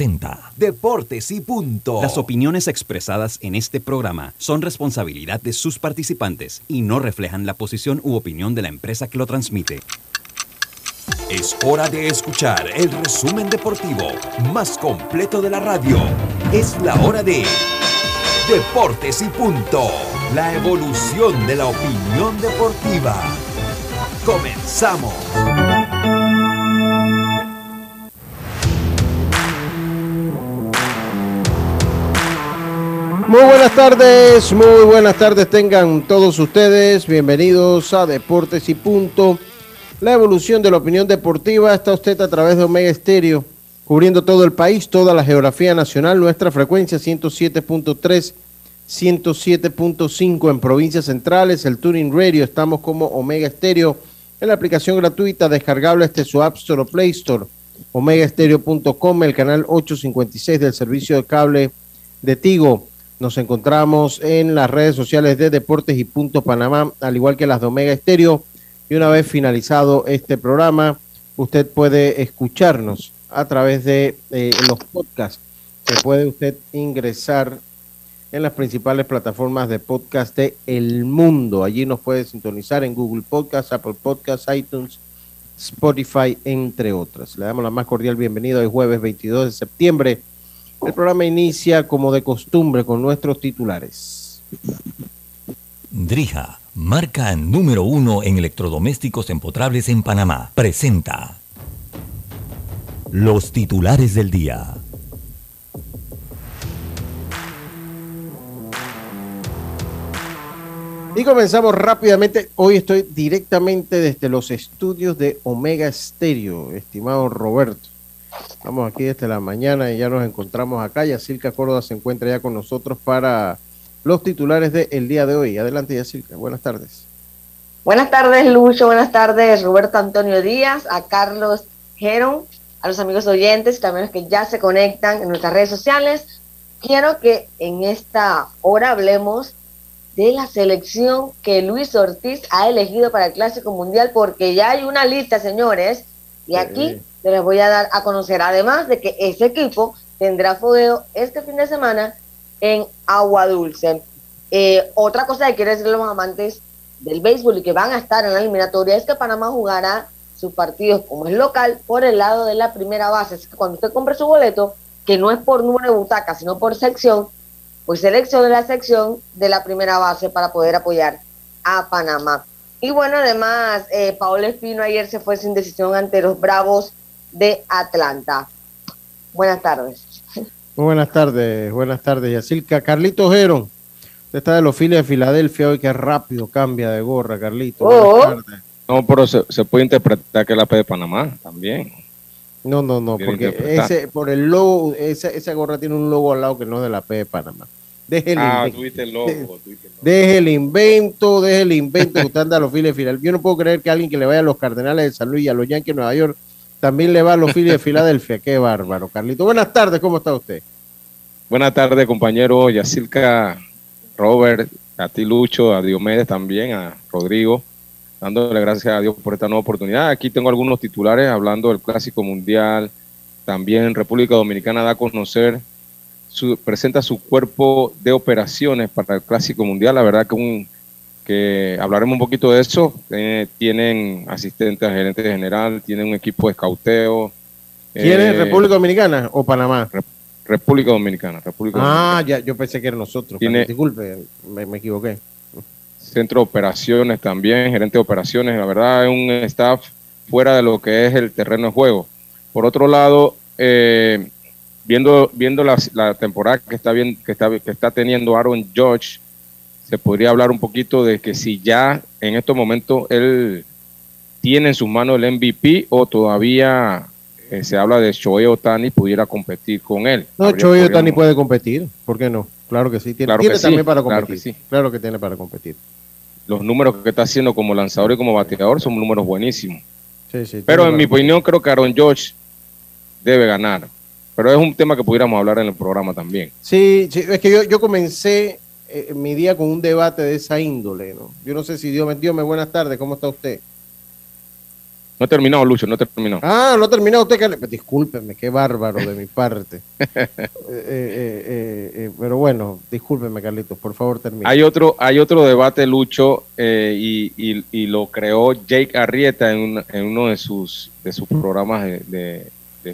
Deportes y punto. Las opiniones expresadas en este programa son responsabilidad de sus participantes y no reflejan la posición u opinión de la empresa que lo transmite. Es hora de escuchar el resumen deportivo más completo de la radio. Es la hora de Deportes y punto. La evolución de la opinión deportiva. Comenzamos. Muy buenas tardes tengan todos ustedes, bienvenidos a Deportes y Punto, la evolución de la opinión deportiva. Está usted a través de Omega Estéreo, cubriendo todo el país, toda la geografía nacional, nuestra frecuencia 107.3, 107.5 en provincias centrales, el Tuning Radio, estamos como Omega Estéreo, en la aplicación gratuita descargable desde su App Store o Play Store, omegaestereo.com, el canal 856 del servicio de cable de Tigo. Nos encontramos en las redes sociales de Deportes y Punto Panamá, al igual que las de Omega Estéreo. Y una vez finalizado este programa, usted puede escucharnos a través de los podcasts que puede usted ingresar en las principales plataformas de podcast de el mundo. Allí nos puede sintonizar en Google Podcasts, Apple Podcasts, iTunes, Spotify, entre otras. Le damos la más cordial bienvenida hoy jueves 22 de septiembre. El programa inicia como de costumbre con nuestros titulares. Drija, marca número 1 en electrodomésticos empotrables en Panamá, presenta los titulares del día. Y comenzamos rápidamente. Hoy estoy directamente desde los estudios de Omega Estéreo, estimado Roberto. Estamos aquí desde la mañana y ya nos encontramos acá. Yacilca Córdoba se encuentra ya con nosotros para los titulares del día de hoy. Adelante, Yacilca. Buenas tardes. Buenas tardes, Lucho. Buenas tardes, Roberto Antonio Díaz, a Carlos Geron, a los amigos oyentes y también los que ya se conectan en nuestras redes sociales. Quiero que en esta hora hablemos de la selección que Luis Ortiz ha elegido para el Clásico Mundial, porque ya hay una lista, señores, y aquí les voy a dar a conocer, además de que ese equipo tendrá fogueo este fin de semana en Agua Dulce. Otra cosa que quiero decirle a los amantes del béisbol y que van a estar en la eliminatoria es que Panamá jugará sus partidos como es local por el lado de la primera base. Así que cuando usted compre su boleto, que no es por número de butaca, sino por sección, pues seleccione la sección de la primera base para poder apoyar a Panamá. Y bueno, además, Paolo Espino ayer se fue sin decisión ante los Bravos de Atlanta. Buenas tardes. Muy buenas tardes, Yacilca. Carlito Geron, usted está de los Phillies de Filadelfia hoy, que rápido cambia de gorra, Carlito. Buenas tardes. No, pero se puede interpretar que es la P de Panamá también. No, porque por el logo, esa gorra tiene un logo al lado que no es de la P de Panamá. Deje el invento que usted anda a los Phillies de Filadelfia. Yo no puedo creer que alguien que le vaya a los Cardenales de San Luis y a los Yankees de Nueva York también le va a los Phillies de Filadelfia. Qué bárbaro, Carlito. Buenas tardes, ¿cómo está usted? Buenas tardes, compañero Yacilca, Robert, a ti, Lucho, a Diomedes también, a Rodrigo, dándole gracias a Dios por esta nueva oportunidad. Aquí tengo algunos titulares hablando del Clásico Mundial. También República Dominicana da a conocer, presenta su cuerpo de operaciones para el Clásico Mundial. La verdad que hablaremos un poquito de eso. Tienen asistentes al gerente general, tienen un equipo de escauteo. ¿Quién es República Dominicana o Panamá? República Dominicana. Dominicana. Ya, yo pensé que era nosotros. Disculpe, me equivoqué. Centro de operaciones también, gerente de operaciones. La verdad es un staff fuera de lo que es el terreno de juego. Por otro lado, viendo la temporada que está teniendo Aaron Judge, se podría hablar un poquito de que si ya en estos momentos él tiene en sus manos el MVP o todavía se habla de Shohei Ohtani pudiera competir con él. No, Shohei Ohtani puede competir, ¿por qué no? Claro que sí, tiene también para competir. Claro que tiene para competir. Los números que está haciendo como lanzador y como bateador son números buenísimos. Sí, pero en mi opinión creo que Aaron Judge debe ganar. Pero es un tema que pudiéramos hablar en el programa también. Sí, es que yo comencé mi día con un debate de esa índole, ¿no? Yo no sé si Dios me buenas tardes, ¿cómo está usted? No he terminado, Lucho, no he terminado. Ah, no ha terminado usted, Carlitos. Discúlpeme, qué bárbaro de mi parte. Pero bueno, discúlpeme, Carlitos, por favor, termine. Hay otro debate, Lucho, y lo creó Jake Arrieta en uno de sus programas de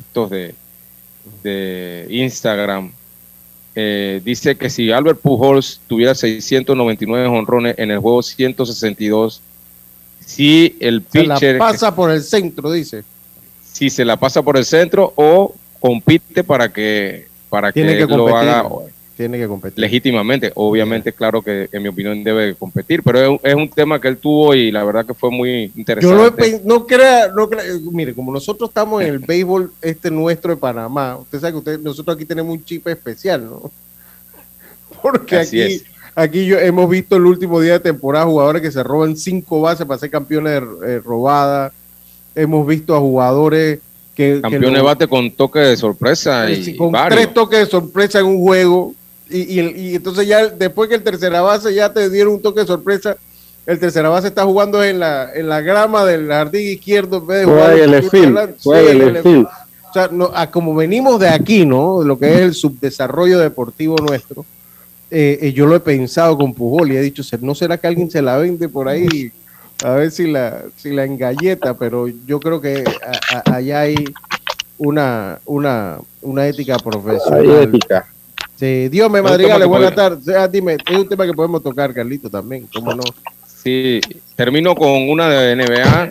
Instagram. Dice que si Albert Pujols tuviera 699 jonrones en el juego 162, si el pitcher se la pasa por el centro, dice. Si se la pasa por el centro o compite para que lo haga. Tiene que competir legítimamente. Obviamente, claro que en mi opinión debe competir, pero es un tema que él tuvo y la verdad que fue muy interesante. No crea, mire, como nosotros estamos en el béisbol nuestro de Panamá, usted sabe que nosotros aquí tenemos un chip especial, ¿no? Porque aquí hemos visto el último día de temporada jugadores que se roban 5 bases para ser campeones de robada. Hemos visto a jugadores campeones de bate con toque de sorpresa con varios. 3 toques de sorpresa en un juego y entonces ya después que el tercera base ya te dieron un toque de sorpresa, el tercera base está jugando en la grama del jardín izquierdo en vez de jugar en el field. O sea, como venimos de aquí, ¿no? De lo que es el subdesarrollo deportivo nuestro, yo lo he pensado con Pujol y he dicho, ¿no será que alguien se la vende por ahí? A ver si la engalleta, pero yo creo que allá hay una ética profesional. Hay ética. Sí, Dios me madrigale, buenas tardes. Dime, es un tema que podemos tocar, Carlito, también, ¿cómo no? Sí, termino con una de NBA.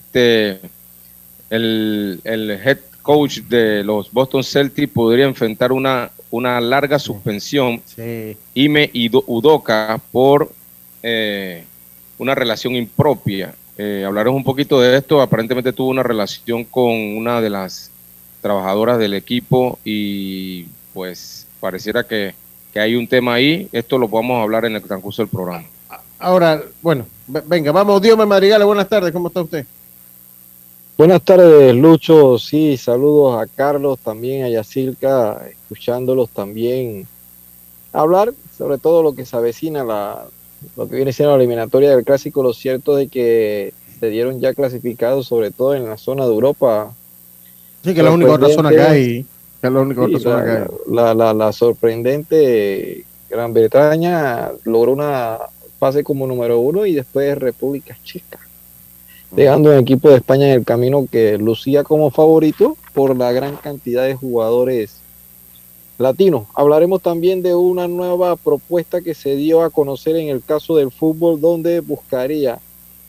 El head coach de los Boston Celtics podría enfrentar una larga suspensión. Sí. Ime Udoka por una relación impropia. Hablaremos un poquito de esto. Aparentemente tuvo una relación con una de las trabajadoras del equipo y pues pareciera que hay un tema ahí. Esto lo podemos hablar en el transcurso del programa. Ahora, bueno, venga, vamos, Dios me madrigale, buenas tardes, ¿cómo está usted? Buenas tardes, Lucho. Sí, saludos a Carlos, también a Yacilca, escuchándolos también hablar sobre todo lo que se avecina, lo que viene siendo la eliminatoria del Clásico. Lo cierto de que se dieron ya clasificados, sobre todo en la zona de Europa. Sí, que es la única otra zona que hay. Que es la única otra zona que hay. La sorprendente Gran Bretaña logró una fase como número 1 y después República Checa, dejando un equipo de España en el camino que lucía como favorito por la gran cantidad de jugadores latinos. Hablaremos también de una nueva propuesta que se dio a conocer en el caso del fútbol, donde buscaría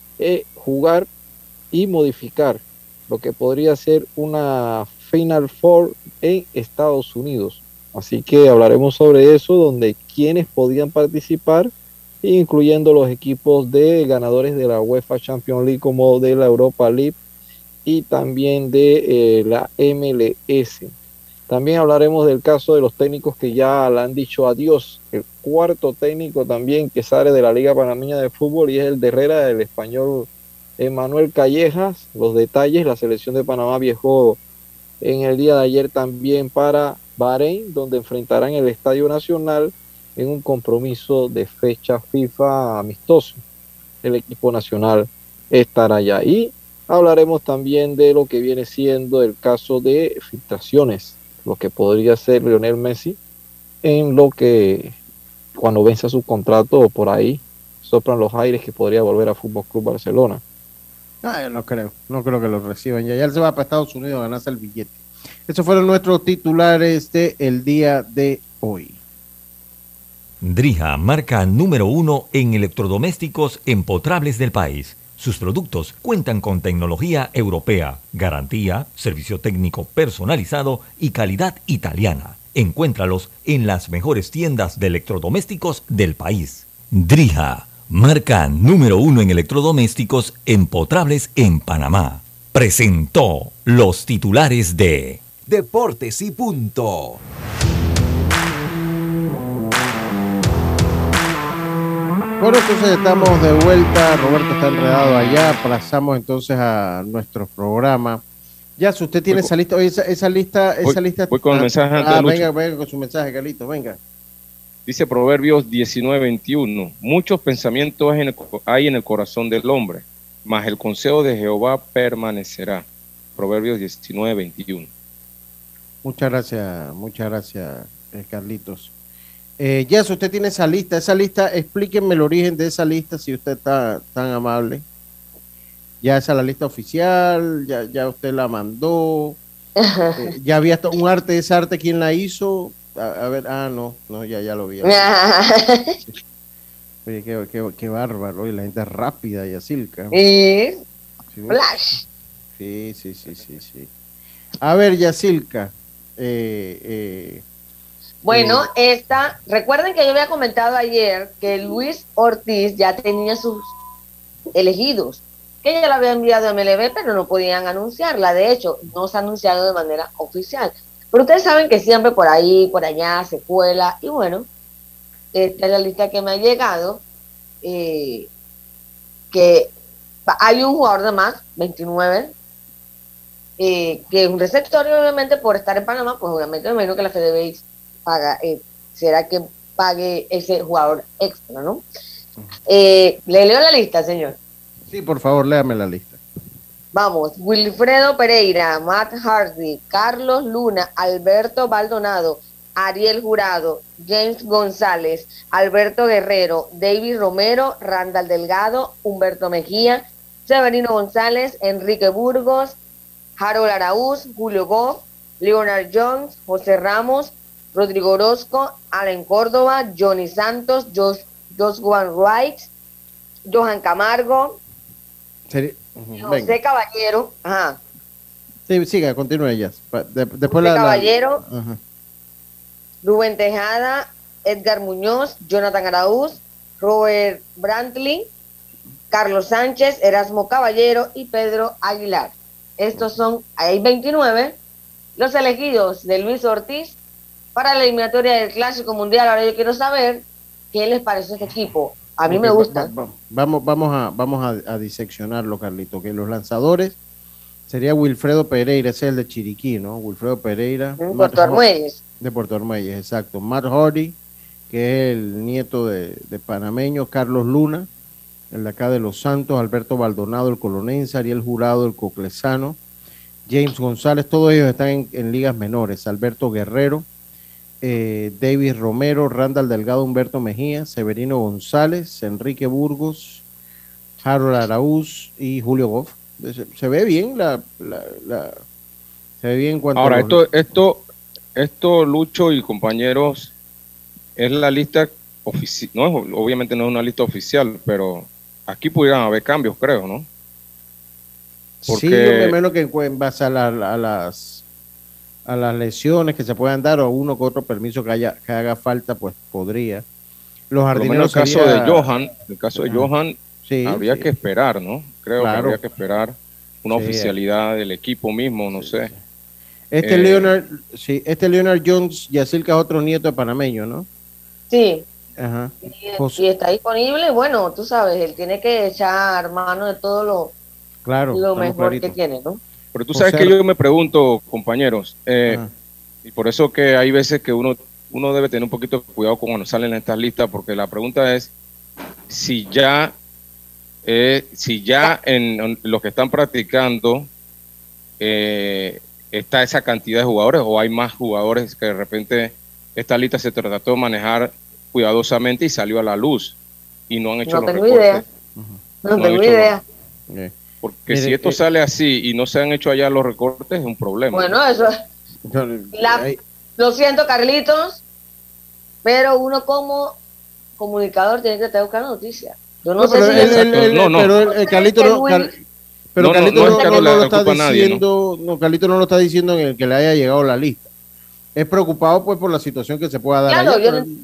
jugar y modificar lo que podría ser una Final Four en Estados Unidos. Así que hablaremos sobre eso, donde quienes podían participar, incluyendo los equipos de ganadores de la UEFA Champions League como de la Europa League y también de la MLS. También hablaremos del caso de los técnicos que ya le han dicho adiós. El cuarto técnico también que sale de la Liga Panameña de Fútbol y es el de Herrera, del español Manuel Callejas. Los detalles: la selección de Panamá viajó en el día de ayer también para Bahrein, donde enfrentarán el Estadio Nacional en un compromiso de fecha FIFA amistoso. El equipo nacional estará allá. Y hablaremos también de lo que viene siendo el caso de filtraciones, lo que podría ser Lionel Messi, en lo que cuando venza su contrato o por ahí soplan los aires que podría volver a Fútbol Club Barcelona. Yo no creo que lo reciban. Ya él se va para Estados Unidos a ganarse el billete. Esos fueron nuestros titulares del día de hoy. Drija, marca número 1 en electrodomésticos empotrables del país. Sus productos cuentan con tecnología europea, garantía, servicio técnico personalizado y calidad italiana. Encuéntralos en las mejores tiendas de electrodomésticos del país. Drija, marca número 1 en electrodomésticos empotrables en Panamá. Presentó los titulares de Deportes y Punto. Bueno, entonces estamos de vuelta. Roberto está enredado allá. Pasamos entonces a nuestro programa. Ya, si usted tiene esa lista, oye, esa lista. Voy con el mensaje antes de Lucho. Venga con su mensaje, Carlito, venga. Dice Proverbios 19:21. Muchos pensamientos hay en el corazón del hombre, mas el consejo de Jehová permanecerá. Proverbios 19:21. Muchas gracias, Carlitos. Jess, usted tiene esa lista, explíquenme el origen de esa lista, si usted está tan amable. Ya esa es la lista oficial, ya usted la mandó, ya había un arte, ese arte, ¿quién la hizo? A ver, no, ya lo vi. Oye, qué bárbaro, y la gente es rápida, Yacilca. Y ¿Sí, flash. Sí. A ver, Yacilca. Bueno, recuerden que yo había comentado ayer que Luis Ortiz ya tenía sus elegidos, que ya la había enviado a MLB, pero no podían anunciarla. De hecho, no se ha anunciado de manera oficial. Pero ustedes saben que siempre por ahí, por allá, se cuela. Y bueno, esta es la lista que me ha llegado. Que hay un jugador de más, 29, que es un receptor, y obviamente por estar en Panamá, pues obviamente me imagino que la FedEx paga, será que pague ese jugador extra, ¿no? ¿Le leo la lista, señor? Sí, por favor, léame la lista. Vamos: Wilfredo Pereira, Matt Hardy, Carlos Luna, Alberto Baldonado, Ariel Jurado, James González, Alberto Guerrero, David Romero, Randall Delgado, Humberto Mejía, Severino González, Enrique Burgos, Harold Araúz, Julio Goff, Leonard Jones, José Ramos, Rodrigo Orozco, Allen Córdoba, Johnny Santos, Joshua Wright, Johan Camargo, José Caballero, ajá. Sí, siga, continúe ya. Después José Caballero, ajá. Rubén Tejada, Edgar Muñoz, Jonathan Araúz, Robert Brantley, Carlos Sánchez, Erasmo Caballero y Pedro Aguilar. Estos son, hay 29, los elegidos de Luis Ortiz para la eliminatoria del Clásico Mundial. Ahora yo quiero saber qué les parece este equipo. A mí me gusta. Vamos a diseccionarlo, Carlito, que los lanzadores sería Wilfredo Pereira, ese es el de Chiriquí, ¿no? Wilfredo Pereira. Puerto Armuelles. De Puerto Armuelles, exacto. Matt Hardy, que es el nieto de panameño. Carlos Luna, el de acá de Los Santos. Alberto Baldonado, el colonense. Ariel Jurado, el coclesano. James González, todos ellos están en ligas menores. Alberto Guerrero, David Romero, Randall Delgado, Humberto Mejía, Severino González, Enrique Burgos, Harold Araúz y Julio Goff. Se ve bien se ve bien en cuanto ahora, a esto, Lucho y compañeros, es la lista oficial, no, obviamente no es una lista oficial, pero aquí pudieran haber cambios, creo, ¿no? Porque sí, yo me imagino que en base a las lesiones que se puedan dar o uno que otro permiso que haga falta, pues podría. Los jardineros, el caso de Johan, sí, habría que esperar, ¿no? Creo que habría que esperar una oficialidad del equipo mismo, no sé. Leonard Jones, Yacilca, es otro nieto de panameño, ¿no? Sí. Ajá. Y está disponible, bueno, tú sabes, él tiene que echar mano de todo lo mejor que tiene, ¿no? Pero tú sabes que yo me pregunto, compañeros, y por eso que hay veces que uno debe tener un poquito de cuidado cuando salen estas listas, porque la pregunta es si ya en los que están practicando está esa cantidad de jugadores, o hay más jugadores que de repente esta lista se trató de manejar cuidadosamente y salió a la luz y no han hecho los recortes. No tengo idea. Porque si esto sale así y no se han hecho allá los recortes, es un problema. Bueno, eso es. Lo siento, Carlitos, pero uno como comunicador tiene que estar buscando noticias. Yo no sé si Carlito no lo está diciendo, Carlito no lo está diciendo en el que le haya llegado la lista. Es preocupado pues por la situación que se pueda dar. Claro,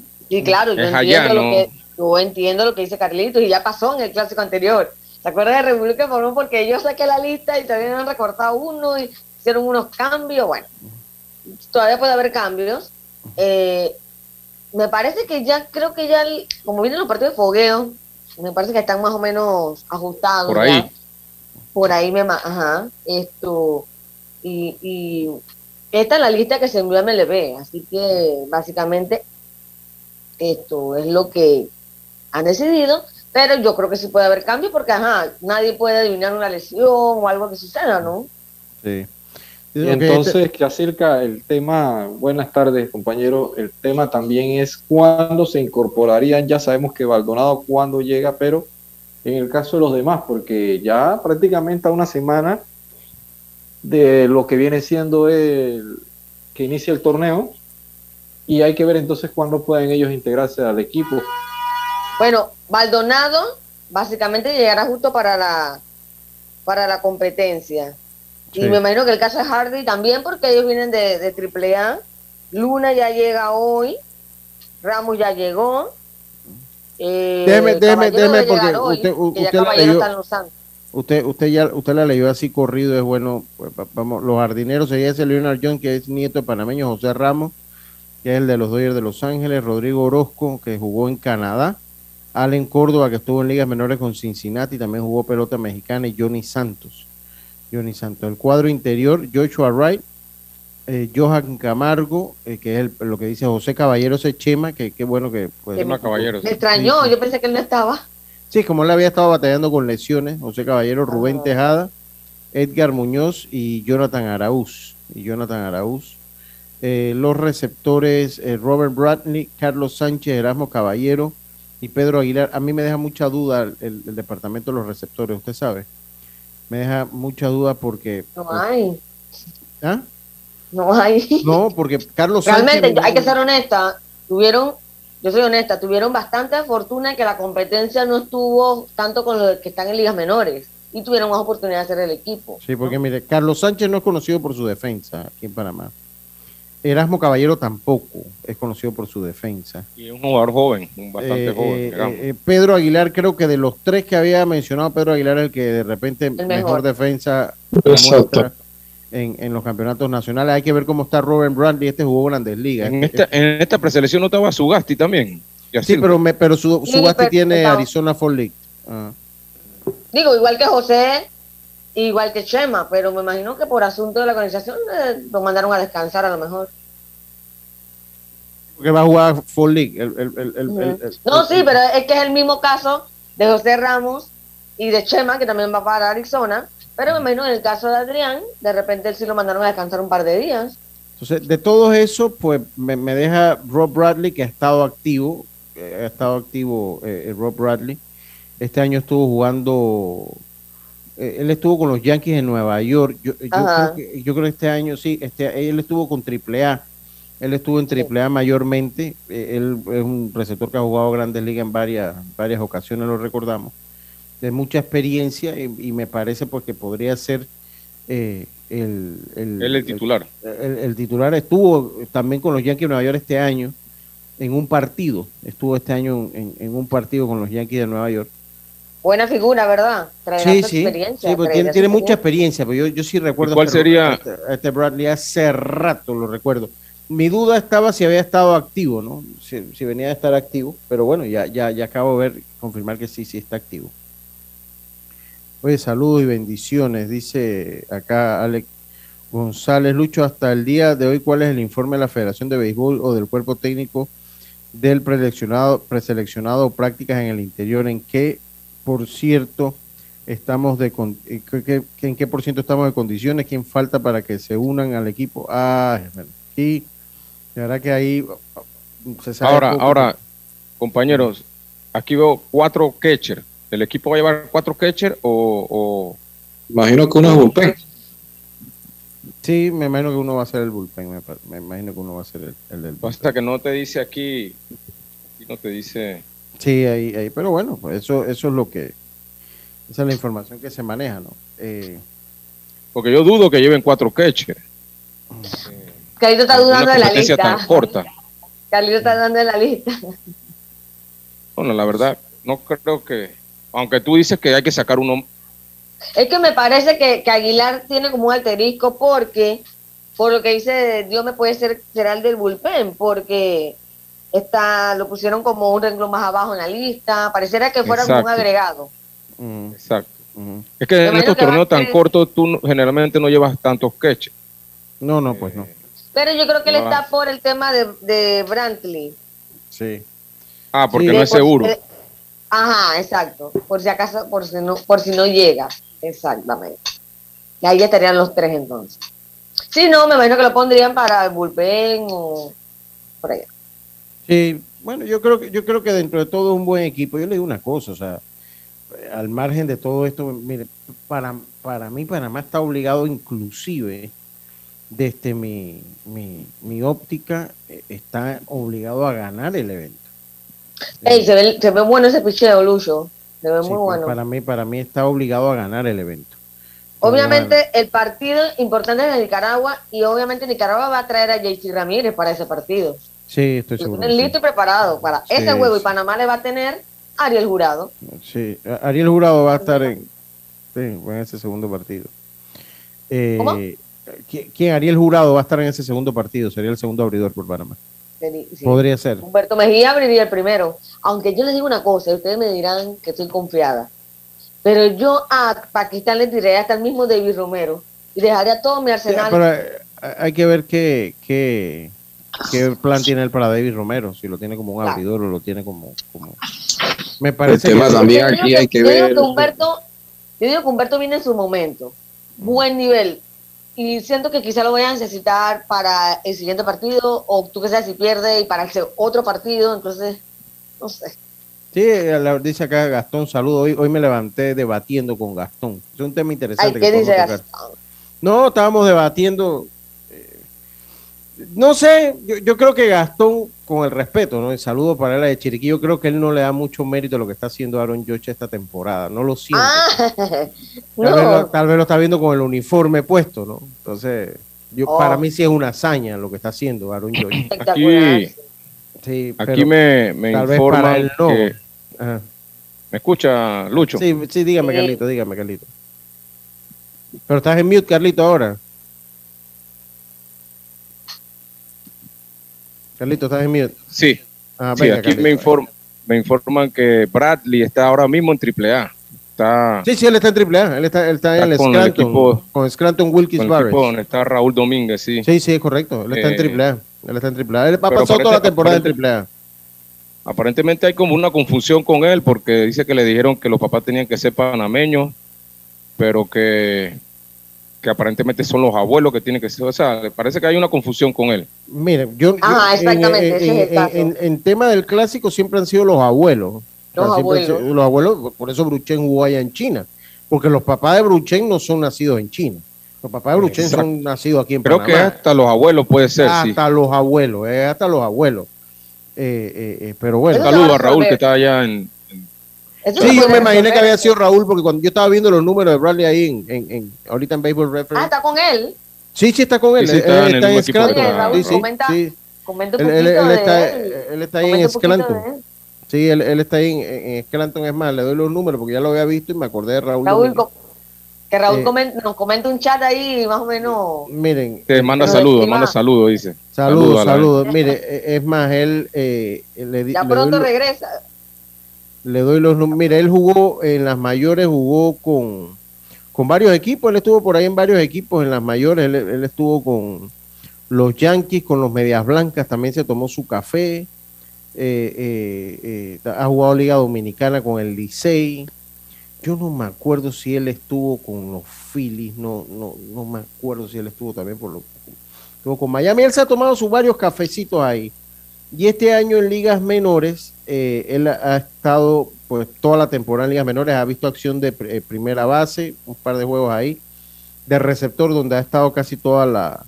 yo entiendo lo que dice Carlitos, y ya pasó en el clásico anterior. ¿Se acuerdan de República Formó? Porque yo saqué la lista y todavía no han recortado uno y hicieron unos cambios. Bueno, todavía puede haber cambios. Me parece que creo que como vienen los partidos de fogueo, me parece que están más o menos ajustados. Por ahí. Ya. Por ahí y esta es la lista que se envió a MLB, así que básicamente esto es lo que han decidido. Pero yo creo que sí puede haber cambio porque, nadie puede adivinar una lesión o algo que suceda, ¿no? Sí. Y entonces, que acerca el tema, buenas tardes, compañero, el tema también es cuándo se incorporarían, ya sabemos que Baldonado cuándo llega, pero en el caso de los demás, porque ya prácticamente a una semana de lo que viene siendo el que inicia el torneo, y hay que ver entonces cuándo pueden ellos integrarse al equipo. Bueno, Baldonado básicamente llegará justo para la competencia. Sí. Y me imagino que el caso de Hardy también, porque ellos vienen de AAA. Luna ya llega hoy, Ramos ya llegó. Déjeme, porque usted la leyó así corrido, es bueno, pues, vamos, los jardineros sería ese Leonard John, que es nieto de panameño, José Ramos, que es el de los Dodgers de Los Ángeles, Rodrigo Orozco, que jugó en Canadá, Allen Córdoba, que estuvo en ligas menores con Cincinnati, también jugó pelota mexicana, y Johnny Santos. El cuadro interior, Joshua Wright, Johan Camargo, que es lo que dice José Caballero, ese Chema, que qué bueno que... Pues, Chema Caballero. Me extrañó, sí. Yo pensé que él no estaba. Sí, como él había estado batallando con lesiones, José Caballero, Rubén Tejada, Edgar Muñoz y Jonathan Araúz. Los receptores, Robert Bradley, Carlos Sánchez, Erasmo Caballero y Pedro Aguilar. A mí me deja mucha duda el departamento de los receptores, usted sabe. Me deja mucha duda porque... No hay. ¿Ah? No hay. No, porque Carlos Sánchez... Realmente, hay que ser honesta, yo soy honesta, tuvieron bastante fortuna en que la competencia no estuvo tanto con los que están en ligas menores y tuvieron más oportunidad de hacer el equipo. Sí, porque mire, Carlos Sánchez no es conocido por su defensa aquí en Panamá. Erasmo Caballero tampoco es conocido por su defensa. Y es un jugador joven, bastante joven. Pedro Aguilar, creo que de los tres que había mencionado, Pedro Aguilar es el que de repente mejor defensa muestra en los campeonatos nacionales. Hay que ver cómo está Robert Bradley, jugó Grandes Ligas. En esta preselección no estaba Sugasti también. Sí, pero Sugasti tiene Arizona Fall League. Digo, igual que José, igual que Chema, pero me imagino que por asunto de la organización lo mandaron a descansar a lo mejor. Porque va a jugar Fall League. Sí, pero es que es el mismo caso de José Ramos y de Chema, que también va para Arizona, pero me imagino en el caso de Adrián, de repente él sí lo mandaron a descansar un par de días. Entonces, de todo eso, pues me deja Rob Bradley, que ha estado activo, Rob Bradley. Este año estuvo jugando... él estuvo con los Yankees de Nueva York. Yo creo que este año sí, él estuvo con AAA. Él estuvo en AAA mayormente. Él es un receptor que ha jugado Grandes Ligas en varias ocasiones, lo recordamos. De mucha experiencia y me parece pues que podría ser el titular. El titular estuvo también con los Yankees de Nueva York este año en un partido. Estuvo este año en un partido con los Yankees de Nueva York. Buena figura, ¿verdad? Experiencia. Sí, porque tiene mucha experiencia, pero yo sí recuerdo. ¿Cuál sería? Este Bradley hace rato lo recuerdo. Mi duda estaba si había estado activo, ¿no? Si venía a estar activo, pero bueno, ya acabo de confirmar que sí está activo. Oye, saludos y bendiciones, dice acá Alex González. Lucho, hasta el día de hoy, ¿cuál es el informe de la Federación de Béisbol o del cuerpo técnico del preseleccionado o prácticas en el interior? ¿En qué por cierto estamos en qué por ciento estamos de condiciones? ¿Quién falta para que se unan al equipo? Y la verdad que ahí se sabe ahora, compañeros, aquí veo 4 catchers. ¿El equipo va a llevar 4 catchers o...? Imagino que uno es bullpen. Sí, me imagino que uno va a ser el bullpen. Me imagino que uno va a ser el del bullpen. Hasta que no te dice aquí no te dice... Sí, ahí, pero bueno, pues eso es lo que... Esa es la información que se maneja, ¿no? Porque yo dudo que lleven 4 catchers. Carlito está dudando de la lista. Tan corta. Carlito está dudando de la lista. Bueno, la verdad, no creo que... Aunque tú dices que hay que sacar uno... Es que me parece que Aguilar tiene como un alterisco porque, por lo que dice Dios, me puede ser será el del bullpen, porque lo pusieron como un renglón más abajo en la lista, pareciera que fuera como un agregado. Exacto. Es que en estos torneos tan cortos tú generalmente no llevas tantos catches. No, pues no. Pero yo creo que él está por el tema de Brantley. Sí. Porque no es seguro. Ajá, exacto. Por si acaso, por si no llega. Exactamente. Y ahí ya estarían los tres entonces. Si no, me imagino que lo pondrían para el bullpen o por allá. Sí, bueno, yo creo que dentro de todo es un buen equipo. Yo le digo una cosa, o sea, al margen de todo esto, mire, para mí Panamá está obligado inclusive desde mi óptica, está obligado a ganar el evento. Ey, se ve bueno ese picheo, Lucho. Se ve Sí, muy pues, bueno. para mí está obligado a ganar el evento. Obviamente el partido importante es de Nicaragua y obviamente Nicaragua va a traer a JC Ramírez para ese partido. Sí, estoy Lo seguro. tienen listo y preparado para ese juego y Panamá le va a tener a Ariel Jurado. Sí, Ariel Jurado va a estar en ese segundo partido. ¿Cómo? ¿Quién? Ariel Jurado va a estar en ese segundo partido, sería el segundo abridor por Panamá. Sí. Podría ser. Humberto Mejía abriría el primero. Aunque yo les digo una cosa, y ustedes me dirán que estoy confiada. Pero yo a Pakistán le tiré hasta el mismo David Romero y dejaría todo mi arsenal. Pero hay que ver qué plan tiene él para David Romero, si lo tiene como un abridor o lo tiene como... Me parece el tema también aquí hay que ver. Yo digo que Humberto viene en su momento, buen nivel, y siento que quizá lo voy a necesitar para el siguiente partido, o tú que sabes si pierde, y para el otro partido, entonces, no sé. Sí, dice acá Gastón, saludo. Hoy me levanté debatiendo con Gastón. Es un tema interesante. Ay, ¿qué dice Gastón? No, estábamos debatiendo. No sé, yo creo que Gastón, con el respeto, ¿no? El saludo para él de Chiriquí, yo creo que él no le da mucho mérito a lo que está haciendo Aaron Judge esta temporada. No lo siento. Tal vez lo está viendo con el uniforme puesto, ¿no? Entonces, para mí sí es una hazaña lo que está haciendo Aaron Judge. Aquí me informan que... Ajá. ¿Me escucha, Lucho? Sí, dígame, Carlito. Pero estás en mute, Carlito, ahora. Carlito, ¿estás en mute? Sí. Venga, aquí Carlito, me informan que Bradley está ahora mismo en AAA. Sí, él está en AAA. Él está en el Scranton, con Scranton Wilkes Barrett. Donde está Raúl Domínguez, sí. Sí, es correcto. Él está en AAA. Él ha pasado toda la temporada en AAA. Aparentemente hay como una confusión con él porque dice que le dijeron que los papás tenían que ser panameños, pero que aparentemente son los abuelos que tienen que ser. O sea, le parece que hay una confusión con él. Mire, exactamente. En tema del clásico siempre han sido los abuelos. Los abuelos, por eso Bruchen jugó allá en China, porque los papás de Bruchen no son nacidos en China. Los papás de Bruchen son nacidos aquí en Panamá. Creo que hasta los abuelos puede ser, hasta los abuelos. Pero bueno. Saludos a Raúl que está allá en... Sí, yo me imaginé que había sido Raúl, porque cuando yo estaba viendo los números de Bradley ahí ahorita en Baseball Reference. ¿Está con él? Sí, está con él. Sí, él está en Scranton. Raúl, comenta un poquito él está ahí en Scranton. Sí, él está ahí en Scranton. Es más, le doy los números porque ya lo había visto y me acordé de Raúl. Que Raúl nos comenta un chat ahí más o menos. Miren. Te manda saludos, dice. Saludos. Mire, es más, él ya pronto regresa. Le doy los números. Mira, él jugó en las mayores, jugó con varios equipos. Él estuvo por ahí en varios equipos en las mayores. Él estuvo con los Yankees, con los Medias Blancas. También se tomó su café. Ha jugado Liga Dominicana con el Licey. Yo no me acuerdo si él estuvo con los Phillies. No me acuerdo si él estuvo también estuvo con Miami. Él se ha tomado sus varios cafecitos ahí. Y este año en ligas menores, él ha estado pues toda la temporada en ligas menores, ha visto acción de primera base, un par de juegos ahí, de receptor donde ha estado casi toda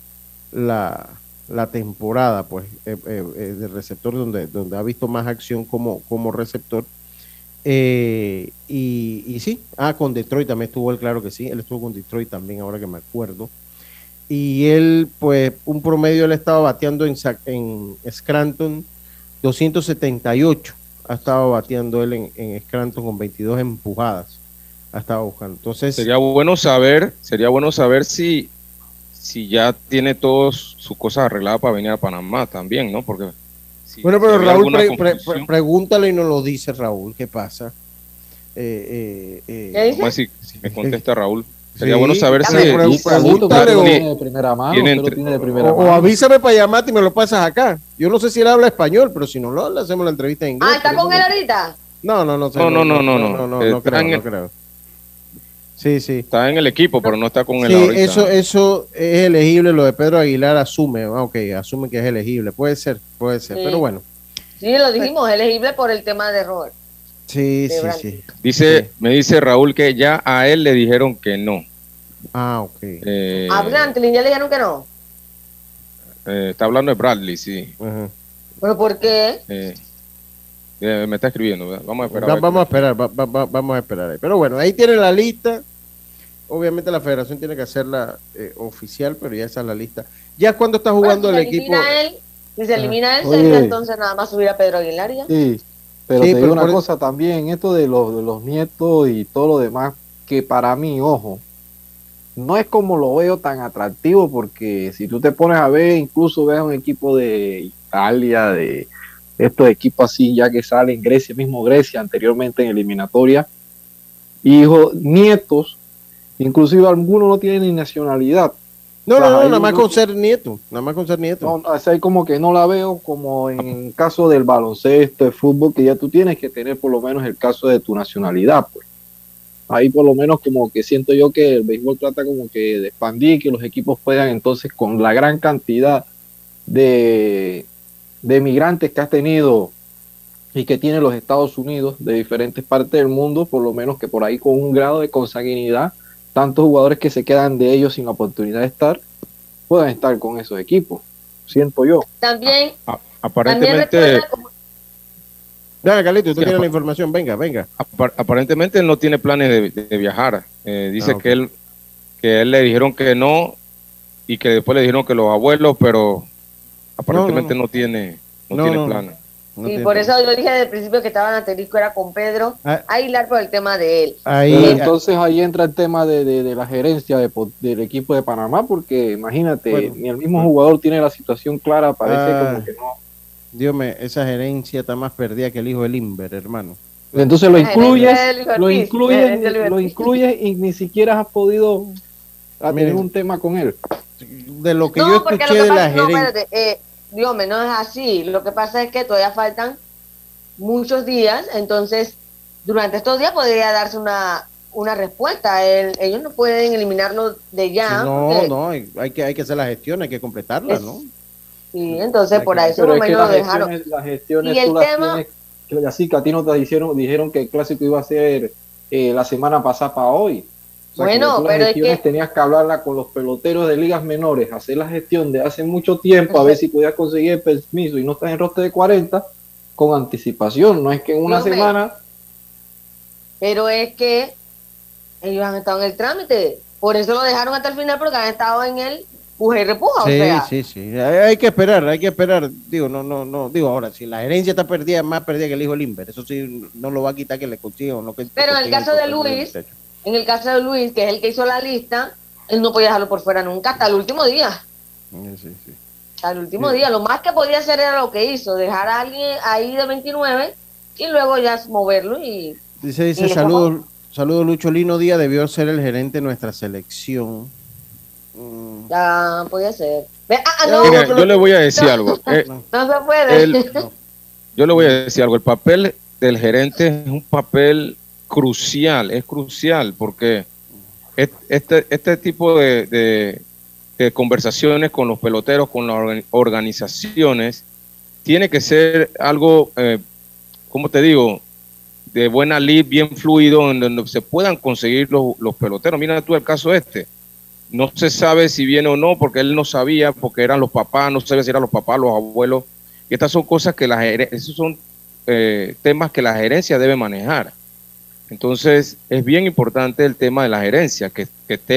la temporada, pues, de receptor donde ha visto más acción como receptor. Y sí, con Detroit también estuvo él, claro que sí, él estuvo con Detroit también, ahora que me acuerdo. Y él, pues, un promedio, él estaba bateando en Scranton 278. Ha estado bateando él en Scranton con 22 empujadas. Ha estado buscando. Entonces, sería bueno saber si ya tiene todas sus cosas arregladas para venir a Panamá también, ¿no? Porque bueno, pero Raúl, pregúntale y nos lo dice Raúl, ¿qué pasa? ¿Qué dice? ¿Cómo así? Si me contesta Raúl. Sería bueno saber si... Pregúntale o avísame para llamarte y me lo pasas acá. Yo no sé si él habla español, pero si no lo habla, hacemos la entrevista en inglés. ¿Está con él ahorita? No, Está creo. Sí. Está en el equipo, pero no está con él Sí, ahorita. eso es elegible, lo de Pedro Aguilar asume, asume que es elegible, puede ser, Sí. pero bueno. Sí, lo dijimos, elegible por el tema de Robert. Sí. Me dice Raúl que ya a él le dijeron que no. Ok. A Brantley ya le dijeron que no. Está hablando de Bradley, sí. Ajá. ¿Pero por qué? Me está escribiendo, ¿verdad? Vamos a esperar. Vamos a esperar ahí. Pero bueno, ahí tiene la lista. Obviamente la federación tiene que hacerla oficial, pero ya esa es la lista. Ya cuando está jugando Bueno, el equipo. Si se elimina él, Oye. sería entonces nada más subir a Pedro Aguilar ya. Sí, pero Sí, te digo pero una cosa también, esto de los nietos y todo lo demás, que para mí, ojo, no es como lo veo tan atractivo, porque si tú te pones a ver, incluso ves un equipo de Italia, de estos equipos así, ya que salen, Grecia, mismo Grecia, anteriormente en eliminatoria, hijos, nietos, inclusive algunos no tienen ni nacionalidad. No, O sea, nada más con ser nieto. No, o sea, como que no la veo como en caso del baloncesto, de fútbol, que ya tú tienes que tener por lo menos el caso de tu nacionalidad, pues. Ahí por lo menos como que siento yo que el béisbol trata como que de expandir, que los equipos puedan entonces con la gran cantidad de migrantes que has tenido y que tienen los Estados Unidos de diferentes partes del mundo, por lo menos que por ahí con un grado de consanguinidad, tantos jugadores que se quedan de ellos sin la oportunidad de estar, puedan estar con esos equipos, siento yo. También Aparentemente, recuerda como- Venga, Carlito, usted Sí, tiene la información, venga. aparentemente él no tiene planes de viajar. Dice Ok. que él le dijeron que no y que después le dijeron que los abuelos, pero aparentemente no tiene planes. No y tiene por plan. eso yo dije desde el principio que estaba en asterisco era con Pedro Aguilar por el tema de él. Pero Ahí, entonces ahí entra el tema de la gerencia del equipo de Panamá, porque imagínate, Bueno, ni el mismo jugador tiene la situación clara, parece como que no. Dios mío, esa gerencia está más perdida que el hijo de Limber, hermano. Entonces lo La gerencia incluyes, del Liberty, la gerencia del lo Liberty. incluyes y ni siquiera has podido tener Miren. un tema con él. De lo que yo No, porque escuché lo de que la pasa, no, gerencia. espérate, Dios mío, no es así. Lo que pasa es que todavía faltan muchos días, entonces durante estos días podría darse una respuesta. Ellos no pueden eliminarlo de ya. No, hay que hacer la gestión, hay que completarla, ¿no? Sí, entonces por ahí ese Pero es que momento lo dejaron. las gestiones Y el tú las tema- tienes, que así que a ti no te dijeron que el clásico iba a ser la semana pasada para hoy. O sea, Bueno, que tú las pero es gestiones que- tenías que hablarla con los peloteros de ligas menores, hacer la gestión de hace mucho tiempo, a ver si podías conseguir el permiso y no estás en roster de 40 con anticipación. No es que en una Dígame. semana. Pero es que ellos han estado en el trámite. Por eso lo dejaron hasta el final, porque han estado en el puja y repuja. Sí, o sea, sí. Hay que esperar. Digo, no. Digo, ahora, si la gerencia está perdida, es más perdida que el hijo de Limber. Eso sí, no lo va a quitar que le consiga o no que. Pero en el caso de Luis, en el caso de Luis, que es el que hizo la lista, él no podía dejarlo por fuera nunca hasta el último día. Sí. Hasta el último día. Lo más que podía hacer era lo que hizo, dejar a alguien ahí de 29 y luego ya moverlo y... Dice, y saludos Lucho Lino Díaz, debió ser el gerente de nuestra selección. Ya podía ser. Mira, yo le voy a decir algo. No se puede. Yo le voy a decir algo. El papel del gerente es un papel crucial, es crucial porque este tipo de conversaciones con los peloteros, con las organizaciones, tiene que ser algo, ¿cómo te digo?, de buena lid, bien fluido, en donde se puedan conseguir los peloteros. Mira tú el caso este. No se sabe si viene o no, porque él no sabía, porque eran los papás, no sabía si eran los papás, los abuelos. Y estas son cosas que esos son temas que la gerencia debe manejar. Entonces, es bien importante el tema de la gerencia, que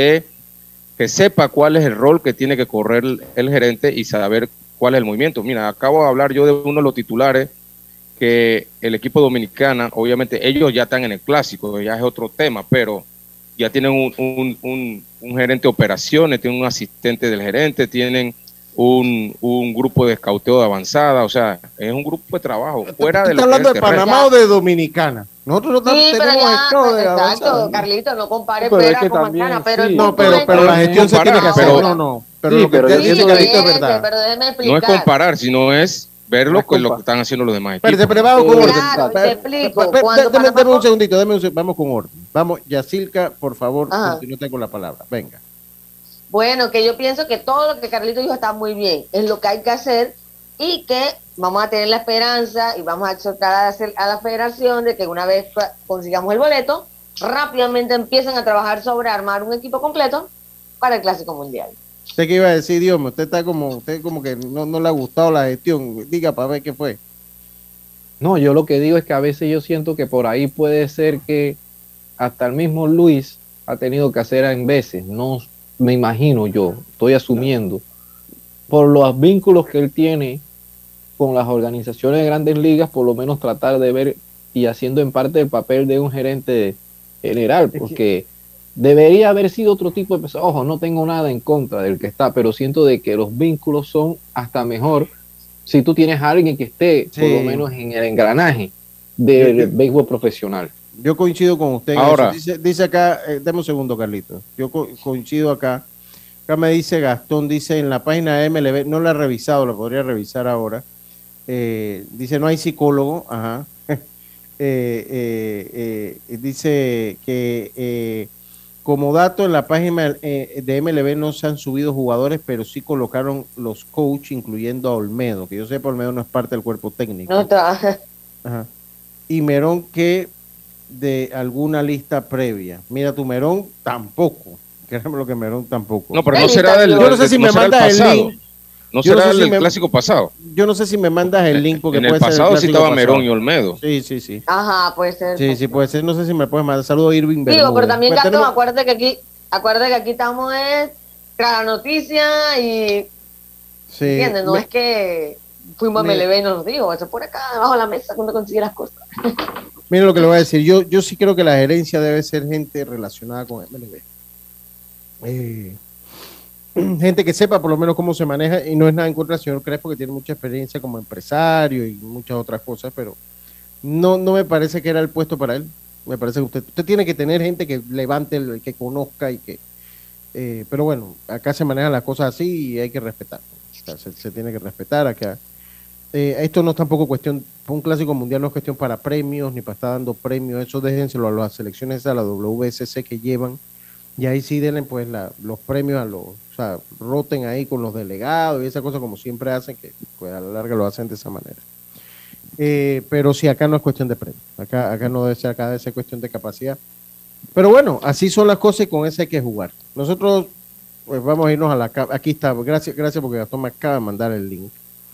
sepa cuál es el rol que tiene que correr el gerente y saber cuál es el movimiento. Mira, acabo de hablar yo de uno de los titulares, que el equipo dominicana, obviamente ellos ya están en el clásico, ya es otro tema, pero ya tienen un gerente de operaciones, tienen un asistente del gerente, tienen un grupo de escauteo de avanzada, o sea, es un grupo de trabajo. Fuera de ¿Está lo que hablando es de el terreno. Panamá o de Dominicana? Nosotros no Sí, pero tenemos ya, esto de exacto, avanzada. Carlito, no compare Pero es pera que con también, manzana, pero sí. el No, punto es pero que- la gestión se tiene que hacer. Pero- No. Pero Sí, lo que pero te yo dice siento que Carlito es gente, verdad. pero déjeme No es explicar. comparar, sino es verlo con lo que están haciendo los demás equipos. Pero vamos con orden. Claro, te explico. Deme un segundito, vamos con orden. Vamos, Yacilca, por favor, continúe con la palabra. Venga. Bueno, que yo pienso que todo lo que Carlito dijo está muy bien, es lo que hay que hacer y que vamos a tener la esperanza y vamos a exhortar a la federación de que una vez consigamos el boleto, rápidamente empiecen a trabajar sobre armar un equipo completo para el Clásico Mundial. ¿Usted qué iba a decir, Dios mío? Usted como que no le ha gustado la gestión. Diga para ver qué fue. No, yo lo que digo es que a veces yo siento que por ahí puede ser que hasta el mismo Luis ha tenido que hacer en veces, no me imagino yo, estoy asumiendo, por los vínculos que él tiene con las organizaciones de grandes ligas, por lo menos tratar de ver y haciendo en parte el papel de un gerente general, porque debería haber sido otro tipo de persona. Ojo, no tengo nada en contra del que está, pero siento de que los vínculos son hasta mejor si tú tienes a alguien que esté por lo menos en el engranaje del béisbol profesional. Yo coincido con usted. Ahora, dice acá, dame un segundo, Carlito. Yo coincido acá. Acá me dice Gastón, dice en la página de MLB, no la he revisado, la podría revisar ahora. Dice no hay psicólogo. Ajá. Dice que como dato en la página de MLB no se han subido jugadores, pero sí colocaron los coaches, incluyendo a Olmedo, que yo sé que Olmedo no es parte del cuerpo técnico. No está. Ajá. Y Merón que de alguna lista previa. Mira, tu Merón tampoco. Créeme lo que Merón tampoco. No, pero no será del. Yo no sé si me mandas el link. No será el clásico pasado. Yo no sé si me mandas el link porque en el pasado sí estaba Merón y Olmedo. Sí. Ajá, puede ser. Sí, puede ser. No sé si me puedes mandar. Saludos a Irving Bermúdez. Digo, pero también, Gastón, acuérdate que aquí estamos tras la noticia y sí. ¿Entiendes? No es que fuimos a MLB y nos dijo, eso por acá debajo de la mesa cuando consigue las cosas. Mira lo que le voy a decir. Yo sí creo que la gerencia debe ser gente relacionada con MLB. Gente que sepa por lo menos cómo se maneja, y no es nada en contra del señor Crespo, que tiene mucha experiencia como empresario y muchas otras cosas, pero no me parece que era el puesto para él. Me parece que usted tiene que tener gente que levante, que conozca y que pero bueno, acá se manejan las cosas así y hay que respetar. O sea, se tiene que respetar acá. Esto no es tampoco cuestión, un clásico mundial no es cuestión para premios ni para estar dando premios, eso déjenselo a las selecciones, a la WSC que llevan. Y ahí sí denle pues los premios o sea, roten ahí con los delegados y esa cosa como siempre hacen, que pues a la larga lo hacen de esa manera. Pero sí, acá no es cuestión de premios, acá no debe ser, acá debe ser cuestión de capacidad. Pero bueno, así son las cosas y con eso hay que jugar. Nosotros pues vamos a irnos a aquí está, gracias porque Gastón me acaba de mandar el link.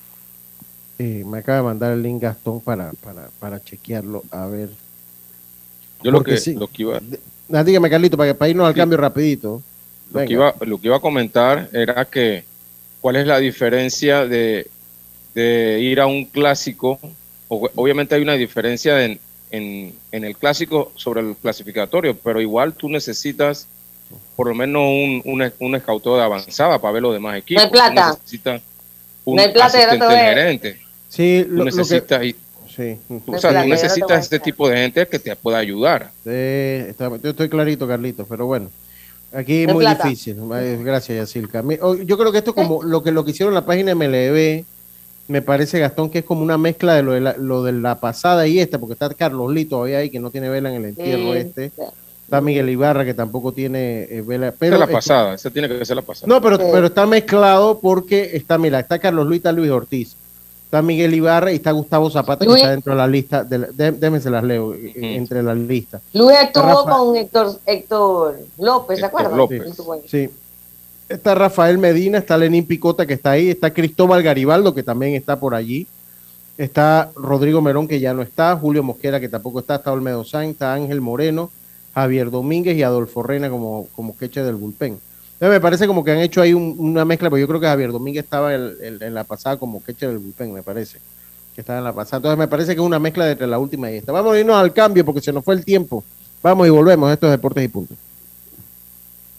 Me acaba de mandar el link Gastón para chequearlo, a ver. Yo lo que iba... Dígame, Carlito, para irnos al cambio rapidito. Lo que iba a comentar era que cuál es la diferencia de ir a un clásico. Obviamente hay una diferencia en el clásico sobre el clasificatorio, pero igual tú necesitas por lo menos un escauteo de avanzada para ver los demás equipos. No hay plata. Necesitas un asistente del gerente. Sí, tú necesitas... Sí. O sea, tú necesitas este tipo de gente que te pueda ayudar. Yo estoy clarito, Carlitos, pero bueno, aquí es muy difícil. Gracias, Yacilca. Yo creo que esto es como lo que hicieron en la página MLB, me parece, Gastón, que es como una mezcla de lo de la pasada y esta, porque está Carlos Lito todavía ahí, que no tiene vela en el entierro Está Miguel Ibarra, que tampoco tiene vela. Pero esa es la pasada, esa tiene que ser la pasada. No, pero está mezclado porque está Carlos Luis, está Luis Ortiz. Está Miguel Ibarra y está Gustavo Zapata, que está dentro de la lista. Déjenme se las leo, entre las listas. Luis estuvo con Héctor López, ¿se acuerdan? Sí. Está Rafael Medina, está Lenín Picota, que está ahí. Está Cristóbal Garibaldo, que también está por allí. Está Rodrigo Merón, que ya no está. Julio Mosquera, que tampoco está. Está Olmedo Sainz, está Ángel Moreno, Javier Domínguez y Adolfo Reina como catcher del bullpen. Entonces me parece como que han hecho ahí una mezcla, porque yo creo que Javier Domínguez estaba en la pasada como catcher del bullpen, me parece, que estaba en la pasada. Entonces me parece que es una mezcla entre la última y esta. Vamos a irnos al cambio porque se nos fue el tiempo. Vamos y volvemos. Esto es Deportes y Punto.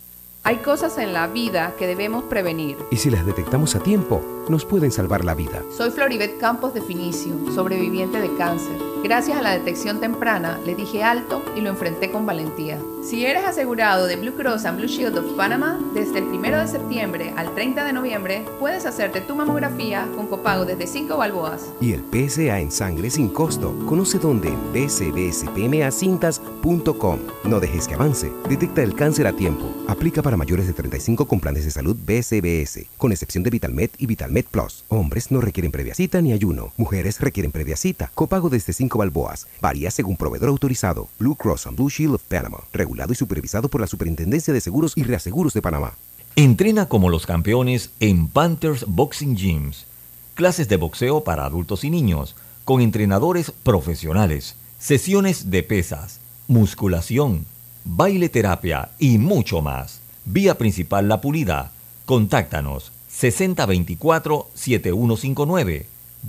Hay cosas en la vida que debemos prevenir. Y si las detectamos a tiempo, nos pueden salvar la vida. Soy Floribet Campos de Finicio, sobreviviente de cáncer. Gracias a la detección temprana, le dije alto y lo enfrenté con valentía. Si eres asegurado de Blue Cross and Blue Shield of Panama, desde el 1 de septiembre al 30 de noviembre, puedes hacerte tu mamografía con copago desde 5 balboas. Y el PSA en sangre sin costo. Conoce dónde en pcbspmacintas.com. No dejes que avance. Detecta el cáncer a tiempo. Aplica para mayores de 35 con planes de salud BCBS, con excepción de VitalMed y VitalMed Plus. Hombres no requieren previa cita ni ayuno. Mujeres requieren previa cita. Copago desde 5 balboas. Varía según proveedor autorizado. Blue Cross and Blue Shield of Panama. Regulado y supervisado por la Superintendencia de Seguros y Reaseguros de Panamá. Entrena como los campeones en Panthers Boxing Gyms. Clases de boxeo para adultos y niños, con entrenadores profesionales, sesiones de pesas, musculación, baile terapia y mucho más. Vía principal La Pulida. Contáctanos 6024-7159,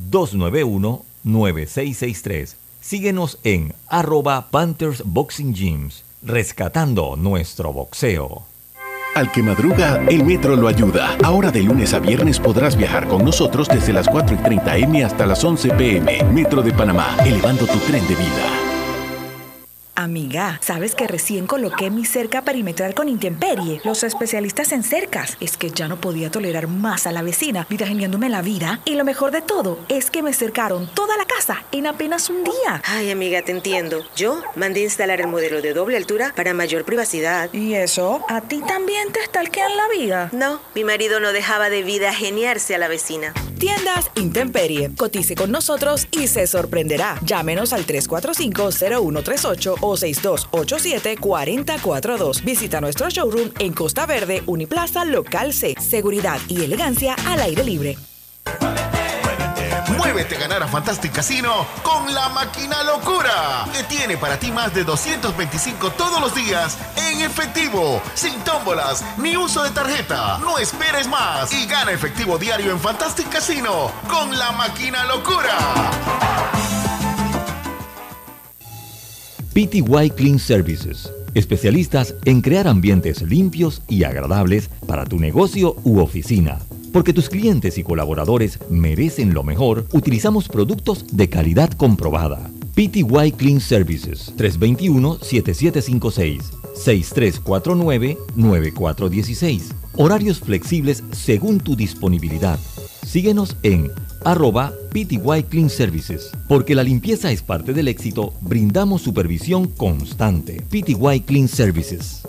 291-9663. Síguenos en @Panthers Boxing Gyms, rescatando nuestro boxeo. Al que madruga, el metro lo ayuda. Ahora de lunes a viernes podrás viajar con nosotros desde las 4:30 m hasta las 11 p.m. Metro de Panamá, elevando tu tren de vida. Amiga, ¿sabes que recién coloqué mi cerca perimetral con Intemperie? Los especialistas en cercas. Es que ya no podía tolerar más a la vecina, vitajineándome la vida. Y lo mejor de todo es que me cercaron toda la casa en apenas un día. Ay, amiga, te entiendo. Yo mandé instalar el modelo de doble altura para mayor privacidad. ¿Y eso? ¿A ti también te stalkean la vida? No, mi marido no dejaba de vitajinearse a la vecina. Tiendas Intemperie. Cotice con nosotros y se sorprenderá. Llámenos al 345-0138 o 6287-4042. Visita nuestro showroom en Costa Verde, Uniplaza, Local C. Seguridad y elegancia al aire libre. Muévete a ganar a Fantastic Casino con la Máquina Locura, que tiene para ti más de 225 todos los días en efectivo, sin tómbolas ni uso de tarjeta. No esperes más y gana efectivo diario en Fantastic Casino con la Máquina Locura. PTY Clean Services, especialistas en crear ambientes limpios y agradables para tu negocio u oficina. Porque tus clientes y colaboradores merecen lo mejor, utilizamos productos de calidad comprobada. PTY Clean Services, 321-7756, 6349-9416. Horarios flexibles según tu disponibilidad. Síguenos en @PTY Clean Services. Porque la limpieza es parte del éxito, brindamos supervisión constante. PTY Clean Services,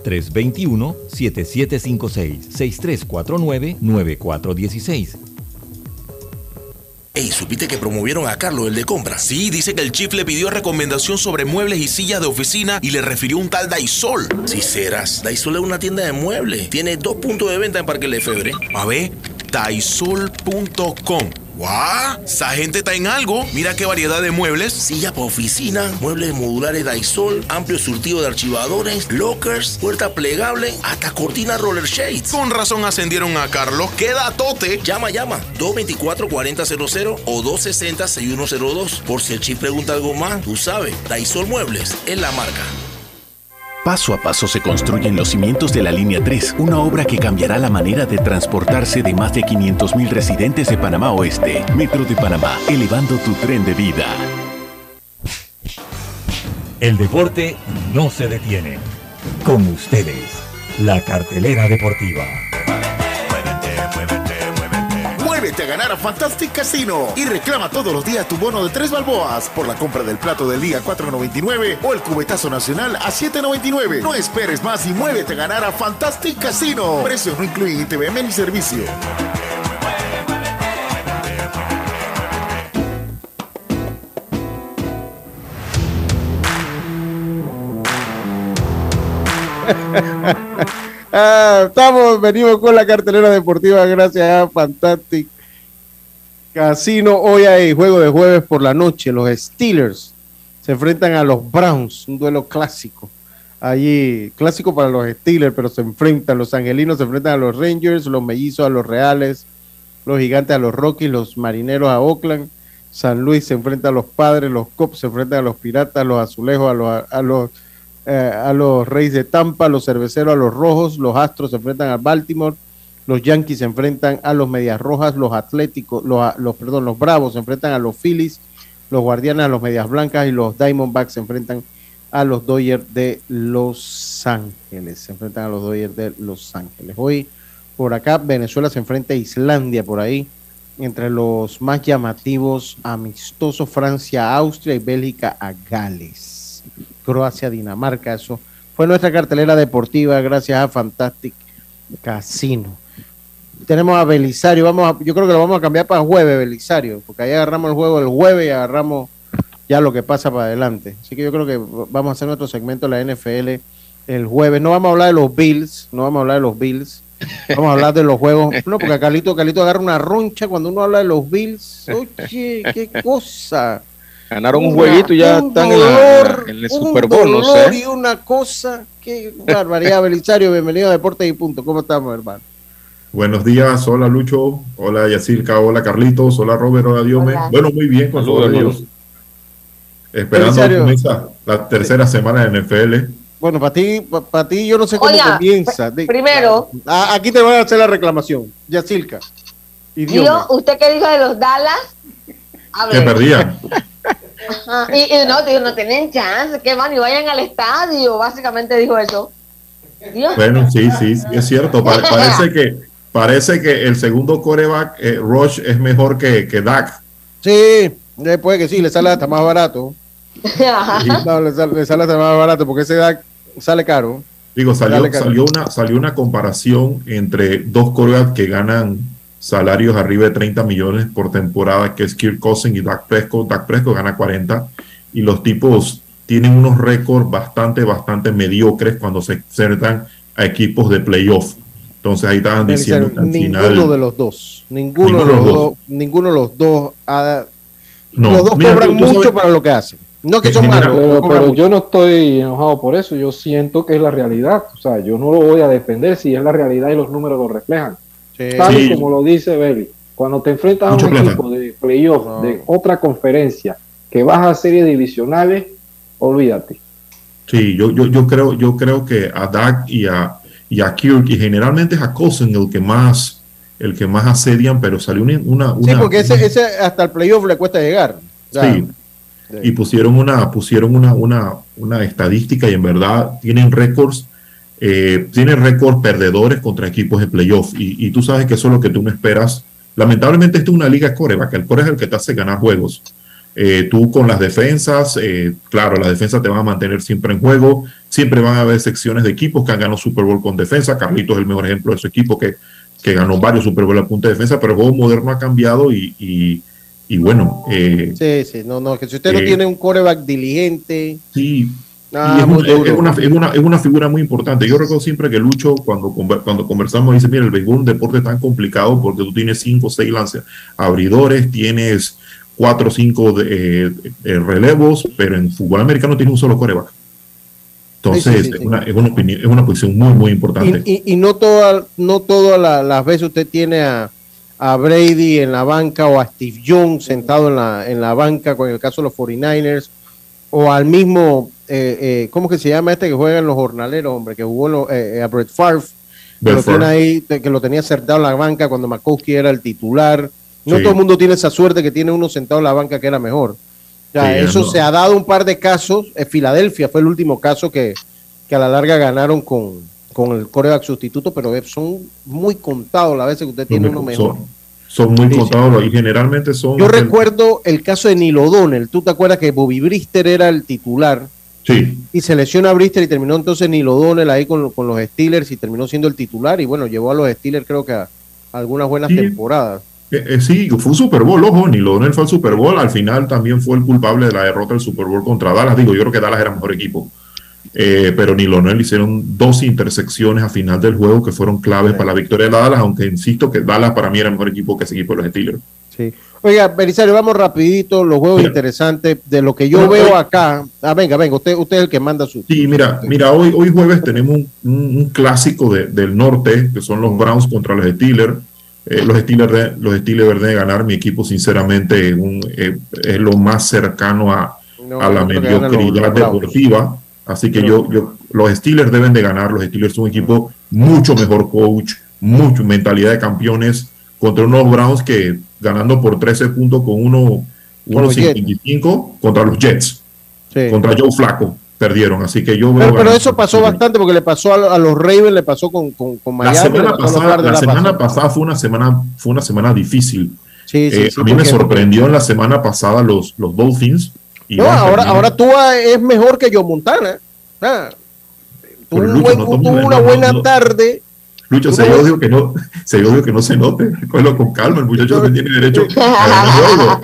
321-7756, 6349-9416. Ey, ¿supiste que promovieron a Carlos, el de compra? Sí, dice que el chief le pidió recomendación sobre muebles y sillas de oficina y le refirió un tal Daisol. Si serás, Daisol es una tienda de muebles. Tiene 2 puntos de venta en Parque Lefebvre. A ver, Daisol.com. ¡Guau! Esa gente está en algo. Mira qué variedad de muebles. Silla para oficina, muebles modulares Daisol, amplio surtido de archivadores, lockers, puerta plegable, hasta cortina roller shades. Con razón ascendieron a Carlos. ¡Qué datote! Llama. 224-4000 o 260-6102. Por si el chip pregunta algo más, tú sabes, Daisol Muebles es la marca. Paso a paso se construyen los cimientos de la Línea 3, una obra que cambiará la manera de transportarse de más de 500,000 residentes de Panamá Oeste. Metro de Panamá, elevando tu tren de vida. El deporte no se detiene. Con ustedes, la cartelera deportiva. Muévete a ganar a Fantastic Casino y reclama todos los días tu bono de 3 balboas por la compra del plato del día $4.99 o el cubetazo nacional a $7.99. No esperes más y muévete a ganar a Fantastic Casino. Precios no incluyen ITVM ni servicio. Venimos con la cartelera deportiva gracias a Fantastic Casino. Hoy hay juego de jueves por la noche. Los Steelers se enfrentan a los Browns, un duelo clásico. Allí, clásico para los Steelers, pero se enfrentan, los angelinos se enfrentan a los Rangers, los mellizos a los Reales, los gigantes a los Rockies, los marineros a Oakland, San Luis se enfrenta a los Padres, los Cubs se enfrentan a los Piratas, los Azulejos a los a los Reyes de Tampa, los Cerveceros a los Rojos, los Astros se enfrentan a Baltimore, los Yankees se enfrentan a los Medias Rojas, los los Bravos se enfrentan a los Phillies, los Guardianes a los Medias Blancas y los Diamondbacks se enfrentan a los Dodgers de Los Ángeles. Hoy, por acá, Venezuela se enfrenta a Islandia, por ahí. Entre los más llamativos, amistosos, Francia, Austria y Bélgica a Gales. Croacia, Dinamarca, eso fue nuestra cartelera deportiva, gracias a Fantastic Casino. Tenemos a Belisario, yo creo que lo vamos a cambiar para jueves, Belisario, porque ahí agarramos el juego el jueves y agarramos ya lo que pasa para adelante. Así que yo creo que vamos a hacer nuestro segmento de la NFL el jueves. No vamos a hablar de los Bills, vamos a hablar de los juegos. No, porque Carlito agarra una roncha cuando uno habla de los Bills. Oye, qué cosa. Ganaron un jueguito y ya están en el Super Bowl, no sé. Y una cosa, qué barbaridad. Belisario, bienvenido a Deportes y Punto. ¿Cómo estamos, hermano? Buenos días, hola Lucho, hola Yacirca, hola Carlitos, hola Robert, hola Diome. Bueno, muy bien, con todos Dios. Esperando comienza la tercera semana de NFL. Bueno, para ti yo no sé cómo comienza. Primero. Aquí te voy a hacer la reclamación, Yacirca. ¿Usted qué dijo de los Dallas? Que perdían. Ajá. Y no tienen chance, que van y vayan al estadio, básicamente dijo eso. Dios. Bueno, sí, es cierto. Parece que el segundo quarterback, Rush, es mejor que Dak. Sí, puede que sí, le sale hasta más barato. No, le sale hasta más barato porque ese Dak sale caro. Digo, salió una comparación entre dos quarterbacks que ganan salarios arriba de 30 millones por temporada, que es Kirk Cousins y Dak Prescott. Dak Prescott gana 40 y los tipos tienen unos récords bastante mediocres cuando se enfrentan a equipos de playoff. Entonces ahí estaban diciendo que al final ninguno de los dos los dos cobran mucho para lo que hacen. No que son malos, pero yo no estoy enojado por eso. Yo siento que es la realidad. O sea, yo no lo voy a defender si es la realidad y los números lo reflejan. Tal y como lo dice Beli, cuando te enfrentas a un equipo de playoff de otra conferencia que vas a series divisionales, olvídate. Sí, yo creo que a Dak y a Kirk, y generalmente es a Cousins el que más asedian, pero salió una sí, porque ese hasta el playoff le cuesta llegar. Sí. Y pusieron una estadística y en verdad tienen récords perdedores contra equipos de playoff y tú sabes que eso es lo que tú no esperas. Lamentablemente esto es una liga coreback, el core es el que te hace ganar juegos. Tú con las defensas, claro, las defensas te van a mantener siempre en juego, siempre van a haber secciones de equipos que han ganado Super Bowl con defensa. Carlitos es el mejor ejemplo de su equipo que ganó varios Super Bowl a punta de defensa, pero el juego moderno ha cambiado y bueno. Sí, no, que si usted no tiene un quarterback diligente. Sí, es una figura muy importante. Yo recuerdo siempre que Lucho, cuando conversamos, dice, mira, el béisbol es un deporte tan complicado porque tú tienes 5 o 6 abridores, tienes 4 o 5 relevos, pero en fútbol americano tiene un solo quarterback. Entonces, es una posición muy, muy importante. Y no todas las veces usted tiene a Brady en la banca o a Steve Young sentado en la banca, con el caso de los 49ers, o al mismo, ¿cómo que se llama que juega en los Jornaleros, hombre? Que jugó a Brett Favre, que lo tenía sentado en la banca cuando Makowski era el titular. No todo el mundo tiene esa suerte que tiene uno sentado en la banca que era mejor. Se ha dado un par de casos. Filadelfia fue el último caso que a la larga ganaron con el quarterback sustituto, pero son muy contados las veces que usted tiene uno mejor. Son muy contados y generalmente son... Yo recuerdo el caso de Neil O'Donnell. ¿Tú te acuerdas que Bobby Brister era el titular? Sí. Y se lesiona a Brister y terminó entonces Neil O'Donnell ahí con los Steelers y terminó siendo el titular y bueno, llevó a los Steelers creo que a algunas buenas temporadas. Sí, fue un Super Bowl, ojo, Neil O'Donnell fue al Super Bowl, al final también fue el culpable de la derrota del Super Bowl contra Dallas. Yo creo que Dallas era mejor equipo. Pero Neil O'Donnell hicieron 2 intersecciones a final del juego que fueron claves para la victoria de Dallas, aunque insisto que Dallas para mí era mejor equipo que ese equipo de los Steelers. Sí. Oiga, Belisario, vamos rapidito, los juegos interesantes de lo que yo veo acá. Venga, usted es el que manda su... Sí, mira, hoy jueves tenemos un clásico del norte, que son los Browns contra los Steelers. Los Steelers deben ganar. Mi equipo sinceramente es lo más cercano a la mediocridad deportiva. Así que los Steelers deben de ganar. Los Steelers son un equipo mucho mejor coach, mucho mentalidad de campeones contra unos Browns que ganando por 13 puntos con 1.55 contra los Jets, contra Joe Flacco perdieron. Así que yo veo. Pero eso pasó bastante porque le pasó a los Ravens, le pasó con Miami. La semana pasada fue una semana difícil. A mí me sorprendió en la semana pasada los Dolphins. Ahora Tua es mejor que Joe Montana. Tuvo una buena tarde. Lucho, se yo digo que no se note. Cógelo con calma, el muchacho no tiene derecho a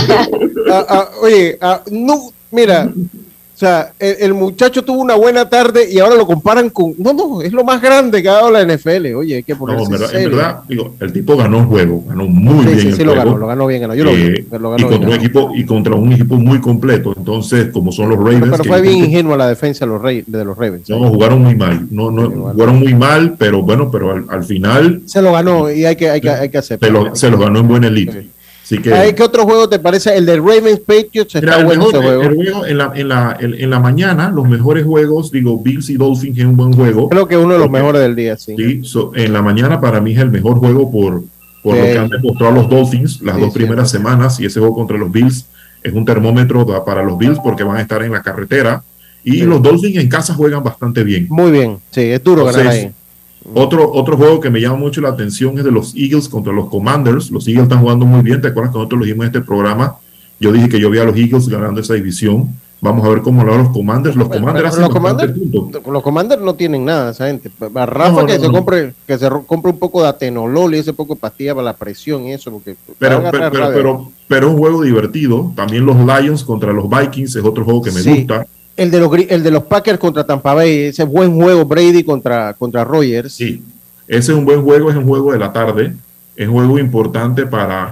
ganar no, mira. O sea, el muchacho tuvo una buena tarde y ahora lo comparan con... No, es lo más grande que ha dado la NFL. Oye, hay que ponerse en verdad, digo, el tipo ganó un juego, ganó muy bien. Sí, lo ganó bien. Yo lo vi, lo ganó y contra un equipo muy completo. Entonces, como son los Ravens... Pero fue bien ingenua la defensa de los Ravens. No, jugaron muy mal. Jugaron muy mal, pero bueno, al final... Se lo ganó y hay que aceptarlo. Se lo ganó en buena elite. ¿Qué otro juego te parece? El de Ravens Patriots está bueno ese juego. El juego en la mañana, los mejores juegos, Bills y Dolphins es un buen juego. Creo que es uno de los mejores del día, sí. En la mañana para mí es el mejor juego por lo que han demostrado los Dolphins las dos primeras semanas, y ese juego contra los Bills es un termómetro para los Bills porque van a estar en la carretera y los Dolphins en casa juegan bastante bien. Muy bien, sí, es duro ganar ahí. Otro juego que me llama mucho la atención es de los Eagles contra los Commanders. Los Eagles están jugando muy bien. ¿Te acuerdas que nosotros lo dijimos en este programa? Yo dije que yo vi a los Eagles ganando esa división. Vamos a ver cómo lo van los Commanders. Los Commanders no tienen nada, esa gente. A Rafa se compre un poco de atenolol y ese poco de pastilla para la presión y eso. Porque pero un juego divertido. También los Lions contra los Vikings es otro juego que me gusta. El de los Packers contra Tampa Bay, ese buen juego, Brady contra Rodgers. Sí, ese es un buen juego, es un juego de la tarde, es un juego importante para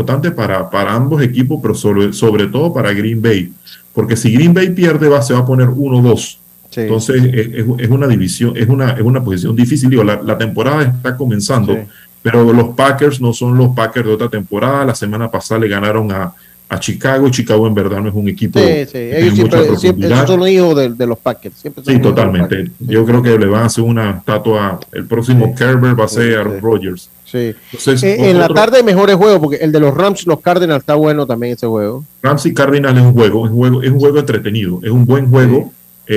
ambos equipos, pero sobre todo para Green Bay, porque si Green Bay pierde se va a poner 1-2. Sí. Entonces es una división, es una posición difícil. La temporada está comenzando, pero los Packers no son los Packers de otra temporada. La semana pasada le ganaron a Chicago. Chicago en verdad no es un equipo. Ellos siempre son hijos de los Packers. Totalmente. Yo creo que le van a hacer una estatua. El próximo Kerber va a ser Aaron Rodgers. Sí. Entonces, en la tarde mejores juegos, porque el de los Rams, los Cardinals está bueno también ese juego. Rams y Cardinals es un juego entretenido, es un buen juego.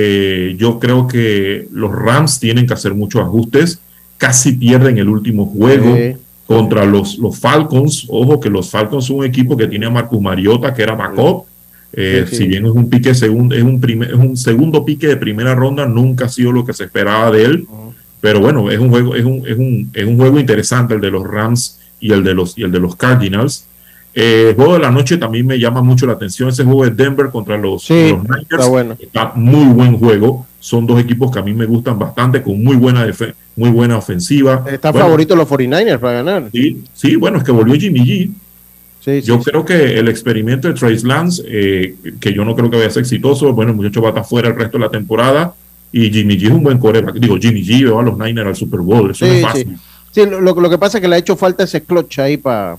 Yo creo que los Rams tienen que hacer muchos ajustes. Casi pierden el último juego. Contra los Falcons. Ojo que los Falcons son un equipo que tiene a Marcus Mariota, que era backup. Si bien es un pique es un segundo pique de primera ronda, nunca ha sido lo que se esperaba de él. Pero bueno, es un juego interesante el de los Rams y el de los Cardinals. El juego de la noche también me llama mucho la atención. Ese juego de Denver contra los Niners está muy buen juego. Son dos equipos que a mí me gustan bastante, con muy buena ofensiva. Está favorito los 49ers para ganar. Sí, bueno, es que volvió Jimmy G. Yo creo que el experimento de Trace Lance, que yo no creo que vaya a ser exitoso, bueno, el muchacho va a estar fuera el resto de la temporada, y Jimmy G es un buen quarterback. Jimmy G llevó a los Niners al Super Bowl, eso no es fácil. Sí, lo que pasa es que le ha hecho falta ese clutch ahí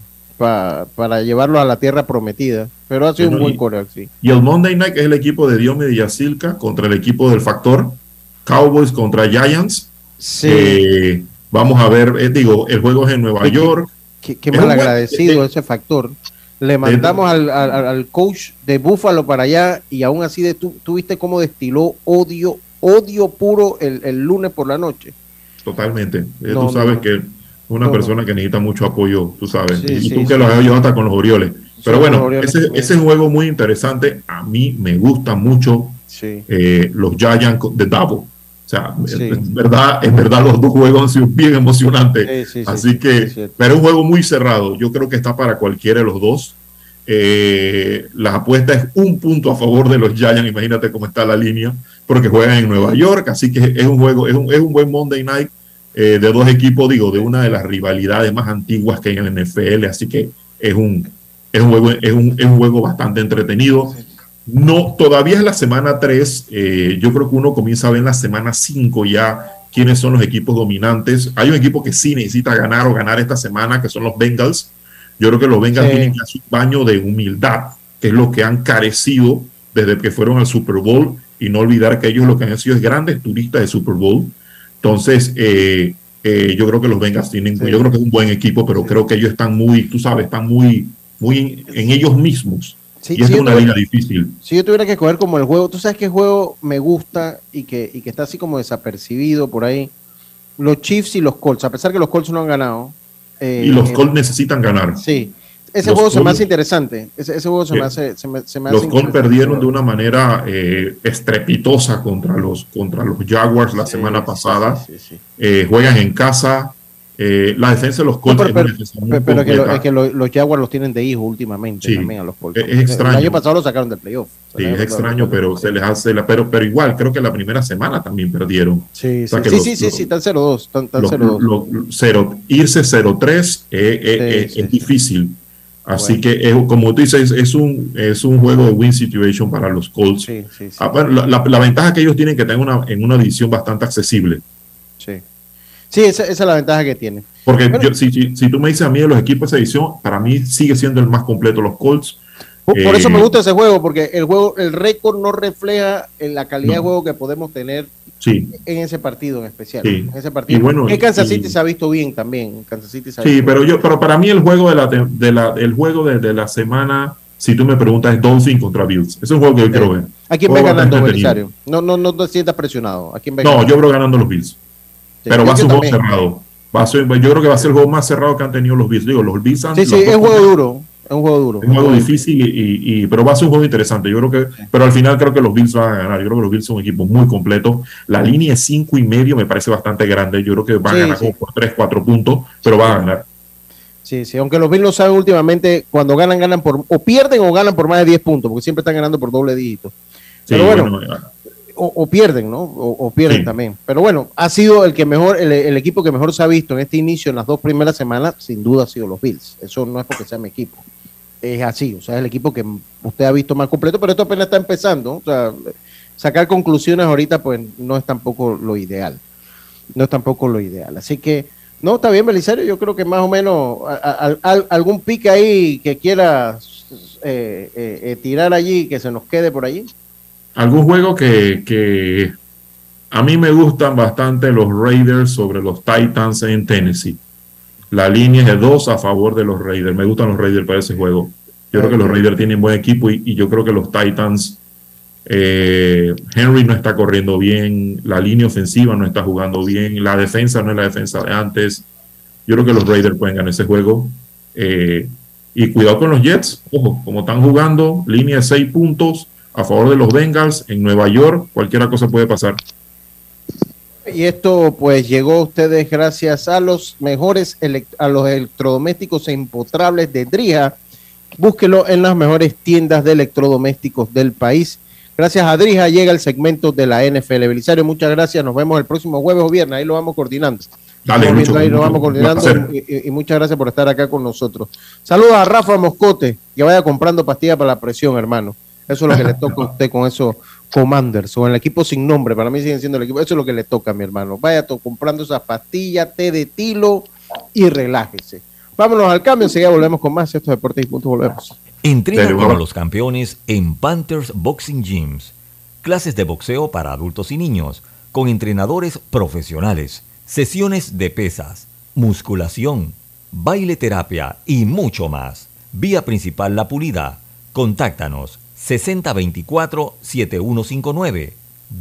para llevarlo a la tierra prometida, pero ha sido un buen quarterback, sí. Y el Monday Night es el equipo de Diomedes Yacilca contra el equipo del Factor, Cowboys contra Giants. Vamos a ver, el juego es en Nueva York. Qué mal agradecido ese Factor. Le mandamos al coach de Buffalo para allá y aún así tú viste cómo destiló odio puro el lunes por la noche. Totalmente. Tú sabes que una persona que necesita mucho apoyo, tú sabes, tú que lo has llevado hasta con los Orioles. Pero bueno, ese es un juego muy interesante. A mí me gustan mucho los Giants de Dabo. O sea, en verdad los dos juegos han sido bien emocionantes. Así que, pero es un juego muy cerrado. Yo creo que está para cualquiera de los dos. La apuesta es 1 punto a favor de los Giants. Imagínate cómo está la línea, porque juegan en Nueva York. Así que es un juego, es un buen Monday Night. De dos equipos, de una de las rivalidades más antiguas que hay en el NFL, así que es un juego bastante entretenido. No, todavía es la semana 3, yo creo que uno comienza a ver en la semana 5 ya quiénes son los equipos dominantes. Hay un equipo que sí necesita ganar esta semana, que son los Bengals. Yo creo que los Bengals tienen que hacer un baño de humildad, que es lo que han carecido desde que fueron al Super Bowl, y no olvidar que ellos lo que han sido es grandes turistas de Super Bowl. Entonces, yo creo que los Bengals tienen, yo creo que es un buen equipo, pero creo que ellos están muy, tú sabes, están muy en ellos mismos. Sí, y es una liga difícil. Si yo tuviera que escoger como el juego, tú sabes qué juego me gusta y que está así como desapercibido por ahí, los Chiefs y los Colts, a pesar que los Colts no han ganado. Y los Colts necesitan ganar. Sí, ese juego se me hace interesante. Ese juego se me hace los Colts perdieron de una manera estrepitosa contra los Jaguars la semana pasada. Juegan en casa. La defensa de los Colts es que los Jaguars los tienen de hijo últimamente también a los Colts. Es extraño. El año pasado lo sacaron del playoff. Sí, es extraño, pero se les hace pero igual, creo que la primera semana también perdieron. Sí, están 0-2. Irse 0-3 es difícil. Así que, como tú dices, es un juego de win situation para los Colts. Bueno, la ventaja que ellos tienen que tener en una división bastante accesible. Sí, esa es la ventaja que tiene. Porque si tú me dices a mí de los equipos de esa división, para mí sigue siendo el más completo los Colts. Por eso me gusta ese juego, porque el récord no refleja la calidad de juego que podemos tener en ese partido en especial. En ese partido. En Kansas City se ha visto bien también. Pero para mí el juego de la semana, si tú me preguntas, es Dolphins contra Bills. Es un juego que yo quiero ver. ¿A quién va ganando, Belisario? No te sientas presionado. Yo creo ganando los Bills. Pero va a ser un juego cerrado. Yo creo que va a ser el juego más cerrado que han tenido los Bills. Los Bills han... es un juego duro. Es un juego duro. Es un juego difícil, pero va a ser un juego interesante. Yo creo que, pero al final creo que los Bills van a ganar. Yo creo que los Bills son un equipo muy completo. La línea es 5.5, me parece bastante grande. Yo creo que van a ganar como por 3-4 puntos, pero van a ganar. Sí, aunque los Bills lo saben últimamente, cuando ganan por, o pierden o ganan por más de 10 puntos, porque siempre están ganando por doble dígito. Pero bueno, o pierden, ¿no? O pierden también. Pero bueno, ha sido el equipo que mejor se ha visto en este inicio, en las 2 primeras semanas, sin duda ha sido los Bills. Eso no es porque sea mi equipo. Es así, o sea, es el equipo que usted ha visto más completo, pero esto apenas está empezando. O sea, sacar conclusiones ahorita, pues, no es tampoco lo ideal. Así que, no, está bien, Belisario. Yo creo que más o menos algún pique ahí que quiera tirar allí, que se nos quede por allí. Algún juego que a mí me gustan bastante, los Raiders sobre los Titans en Tennessee. La línea es de 2 a favor de los Raiders. Me gustan los Raiders para ese juego. Yo creo que los Raiders tienen buen equipo y yo creo que los Titans, Henry no está corriendo bien, la línea ofensiva no está jugando bien, la defensa no es la defensa de antes. Yo creo que los Raiders pueden ganar ese juego. Y cuidado con los Jets. Ojo, como están jugando, línea de 6 puntos a favor de los Bengals en Nueva York, cualquier cosa puede pasar. Y esto pues llegó a ustedes gracias a los mejores a los electrodomésticos empotrables de Drija. Búsquelo en las mejores tiendas de electrodomésticos del país. Gracias a Drija llega el segmento de la NFL. Belisario, muchas gracias. Nos vemos el próximo jueves o viernes. Ahí lo vamos coordinando. Dale, ahí lo vamos coordinando y muchas gracias por estar acá con nosotros. Saludos a Rafa Moscote, que vaya comprando pastillas para la presión, hermano. Eso es lo que le toca a usted con esos Commanders o en el equipo sin nombre. Para mí siguen siendo el equipo. Eso es lo que le toca, mi hermano. Vaya comprando esas pastillas, té de tilo y relájese. Vámonos al cambio. Enseguida volvemos con más. Estos Deportes y Puntos. Volvemos. Entrena como los campeones en Panthers Boxing Gyms. Clases de boxeo para adultos y niños con entrenadores profesionales. Sesiones de pesas, musculación, baile terapia y mucho más. Vía principal La Pulida. Contáctanos 6024-7159,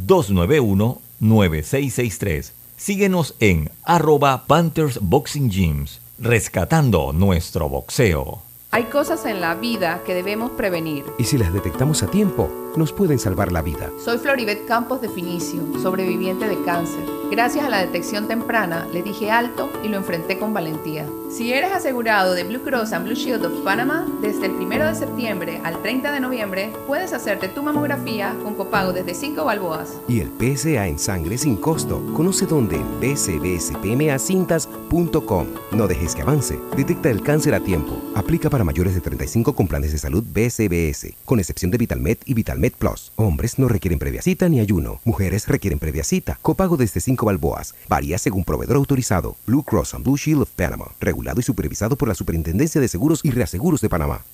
291-9663. Síguenos en @Panthers Boxing Gyms, rescatando nuestro boxeo. Hay cosas en la vida que debemos prevenir. Y si las detectamos a tiempo, nos pueden salvar la vida. Soy Floribet Campos de Finicio, sobreviviente de cáncer. Gracias a la detección temprana, le dije alto y lo enfrenté con valentía. Si eres asegurado de Blue Cross and Blue Shield of Panama, desde el 1 de septiembre al 30 de noviembre, puedes hacerte tu mamografía con copago desde 5 balboas. Y el PSA en sangre sin costo. Conoce dónde en bcbspmacintas.com. No dejes que avance. Detecta el cáncer a tiempo. Aplica para mayores de 35 con planes de salud BCBS, con excepción de VitalMed y VitalMed Plus. Hombres no requieren previa cita ni ayuno. Mujeres requieren previa cita. Copago desde 5 balboas. Varía según proveedor autorizado. Blue Cross and Blue Shield of Panama. Regulado y supervisado por la Superintendencia de Seguros y Reaseguros de Panamá.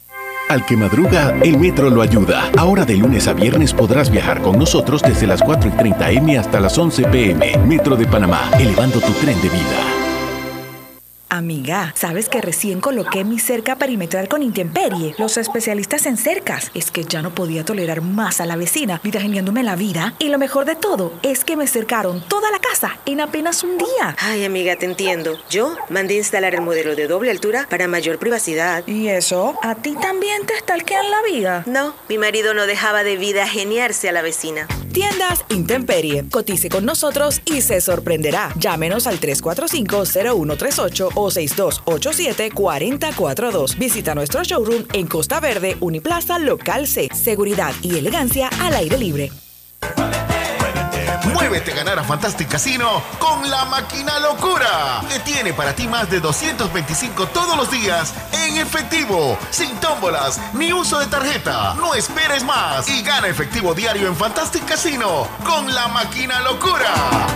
Al que madruga, el metro lo ayuda. Ahora de lunes a viernes podrás viajar con nosotros desde las 4:30 m hasta las 11 p.m. Metro de Panamá, elevando tu tren de vida. Amiga, ¿sabes que recién coloqué mi cerca perimetral con Intemperie? Los especialistas en cercas. Es que ya no podía tolerar más a la vecina, vitageneándome la vida. Y lo mejor de todo es que me cercaron toda la casa en apenas un día. Ay, amiga, te entiendo. Yo mandé instalar el modelo de doble altura para mayor privacidad. ¿Y eso? ¿A ti también te stalkean la vida? No, mi marido no dejaba de vitagenearse a la vecina. Tiendas Intemperie. Cotice con nosotros y se sorprenderá. Llámenos al 345-0138 o 6287-4042. Visita nuestro showroom en Costa Verde, Uniplaza, Local C. Seguridad y elegancia al aire libre. Muévete a ganar a Fantastic Casino con la Máquina Locura, que tiene para ti más de 225 todos los días en efectivo, sin tómbolas ni uso de tarjeta. No esperes más y gana efectivo diario en Fantastic Casino con la Máquina Locura.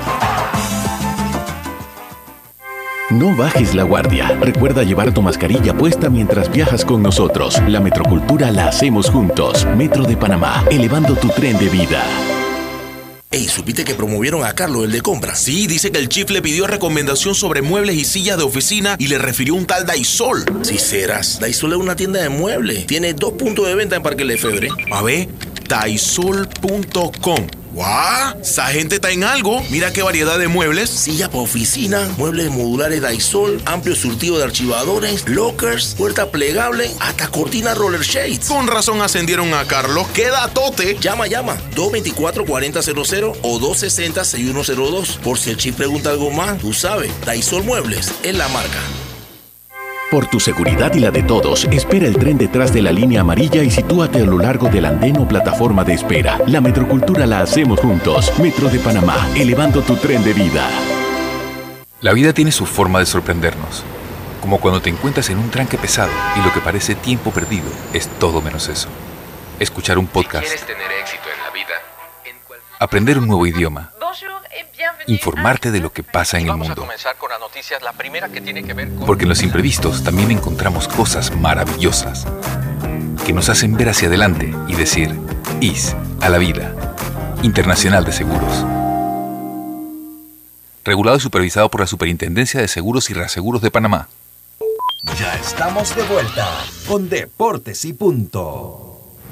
No bajes la guardia. Recuerda llevar tu mascarilla puesta mientras viajas con nosotros. La metrocultura la hacemos juntos. Metro de Panamá, elevando tu tren de vida. Ey, ¿supiste que promovieron a Carlos, el de compras? Sí, dice que el chief le pidió recomendación sobre muebles y sillas de oficina y le refirió un tal Daisol. Si serás, Daisol es una tienda de muebles. Tiene 2 puntos de venta en Parque Lefebvre. A ver, Daisol.com. ¡Guau! Esa gente está en algo. Mira qué variedad de muebles. Silla para oficina, muebles modulares Daisol, amplio surtido de archivadores, lockers, puerta plegable, hasta cortina roller shades. Con razón ascendieron a Carlos. ¡Qué datote! Llama. 224-4000 o 260-6102. Por si el chip pregunta algo más, tú sabes, Daisol Muebles es la marca. Por tu seguridad y la de todos, espera el tren detrás de la línea amarilla y sitúate a lo largo del andén o plataforma de espera. La metrocultura la hacemos juntos. Metro de Panamá, elevando tu tren de vida. La vida tiene su forma de sorprendernos. Como cuando te encuentras en un tranque pesado y lo que parece tiempo perdido es todo menos eso. Escuchar un podcast. Si quieres tener éxito en la vida, Aprender un nuevo idioma. Informarte de lo que pasa en el mundo. Vamos a comenzar con las noticias, la primera que tiene que ver con... Porque en los imprevistos también encontramos cosas maravillosas que nos hacen ver hacia adelante y decir IS a la vida. Internacional de Seguros. Regulado y supervisado por la Superintendencia de Seguros y Reaseguros de Panamá. Ya estamos de vuelta con Deportes y Punto.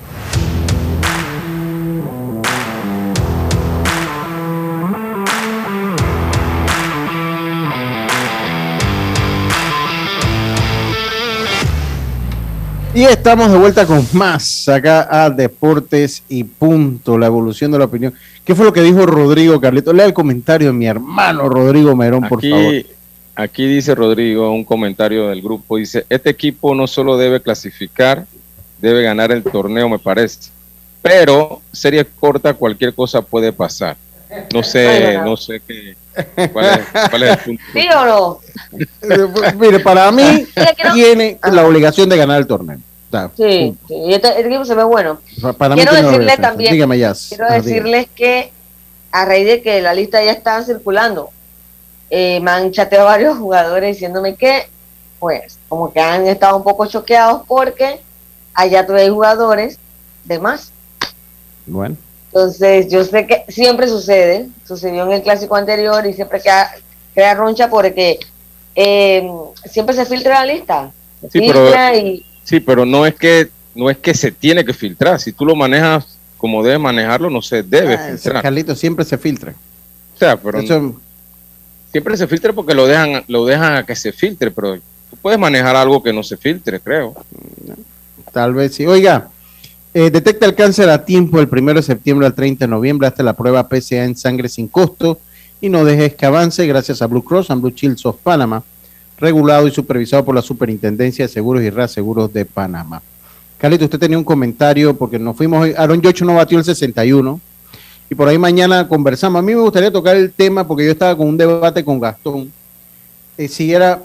Y estamos de vuelta con más acá a Deportes y Punto, la evolución de la opinión. ¿Qué fue lo que dijo Rodrigo, Carlito? Lea el comentario de mi hermano Rodrigo Merón, por favor. Aquí dice Rodrigo, un comentario del grupo, dice, este equipo no solo debe clasificar, debe ganar el torneo, me parece. Pero, serie corta, cualquier cosa puede pasar. No sé qué. ¿Cuál es el punto? ¿Sí o no? Mire, para mí tiene la obligación de ganar el torneo. Sí, este equipo se ve bueno. Para quiero mí decirles también, dígame, Jazz. quiero decirles que a raíz de que la lista ya está circulando, me han chateado varios jugadores diciéndome que, pues, como que han estado un poco choqueados porque allá todavía hay jugadores de más. Bueno. Entonces, yo sé que siempre sucedió en el clásico anterior y siempre crea roncha porque siempre se filtra la lista. Sí, pero no es que se tiene que filtrar. Si tú lo manejas como debes manejarlo, no se debe filtrar. Carlito, siempre se filtra. O sea, pero siempre se filtra porque lo dejan a que se filtre, pero tú puedes manejar algo que no se filtre, creo. Tal vez sí. Oiga, detecta el cáncer a tiempo del 1 de septiembre al 30 de noviembre hasta la prueba PSA en sangre sin costo y no dejes que avance gracias a Blue Cross and Blue Shield of Panama, regulado y supervisado por la Superintendencia de Seguros y Reaseguros de Panamá. Carlito, usted tenía un comentario porque nos fuimos hoy, Aaron Yocho no batió el 61 y por ahí mañana conversamos. A mí me gustaría tocar el tema porque yo estaba con un debate con Gastón, si era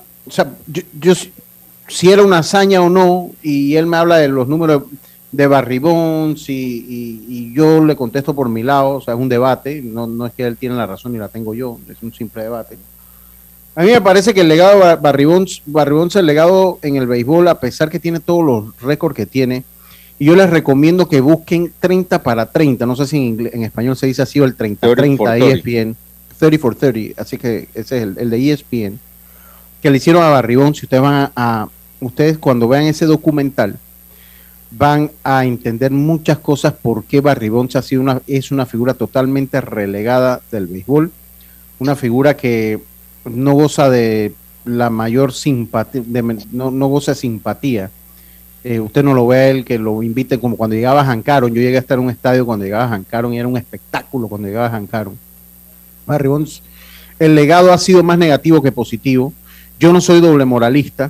una hazaña o no, y él me habla de los números de Barribón, y yo le contesto por mi lado, o sea, es un debate, no es que él tiene la razón y la tengo yo, es un simple debate. A mí me parece que el legado de Barry Bonds, el legado en el béisbol, a pesar que tiene todos los récords que tiene, y yo les recomiendo que busquen 30 para 30, no sé si en español se dice así, o el 30-30 ESPN, 30 for 30, así que ese es el de ESPN, que le hicieron a Barry Bonds. Si ustedes cuando vean ese documental, van a entender muchas cosas por qué Barry Bonds es una figura totalmente relegada del béisbol, una figura que no goza de la mayor simpatía, no goza de simpatía. Usted no lo ve a él, que lo invite como cuando llegaba a Hank Aaron. Yo llegué a estar en un estadio cuando llegaba a Hank Aaron y era un espectáculo cuando llegaba a Hank Aaron. Barry Bonds, el legado ha sido más negativo que positivo. Yo no soy doble moralista,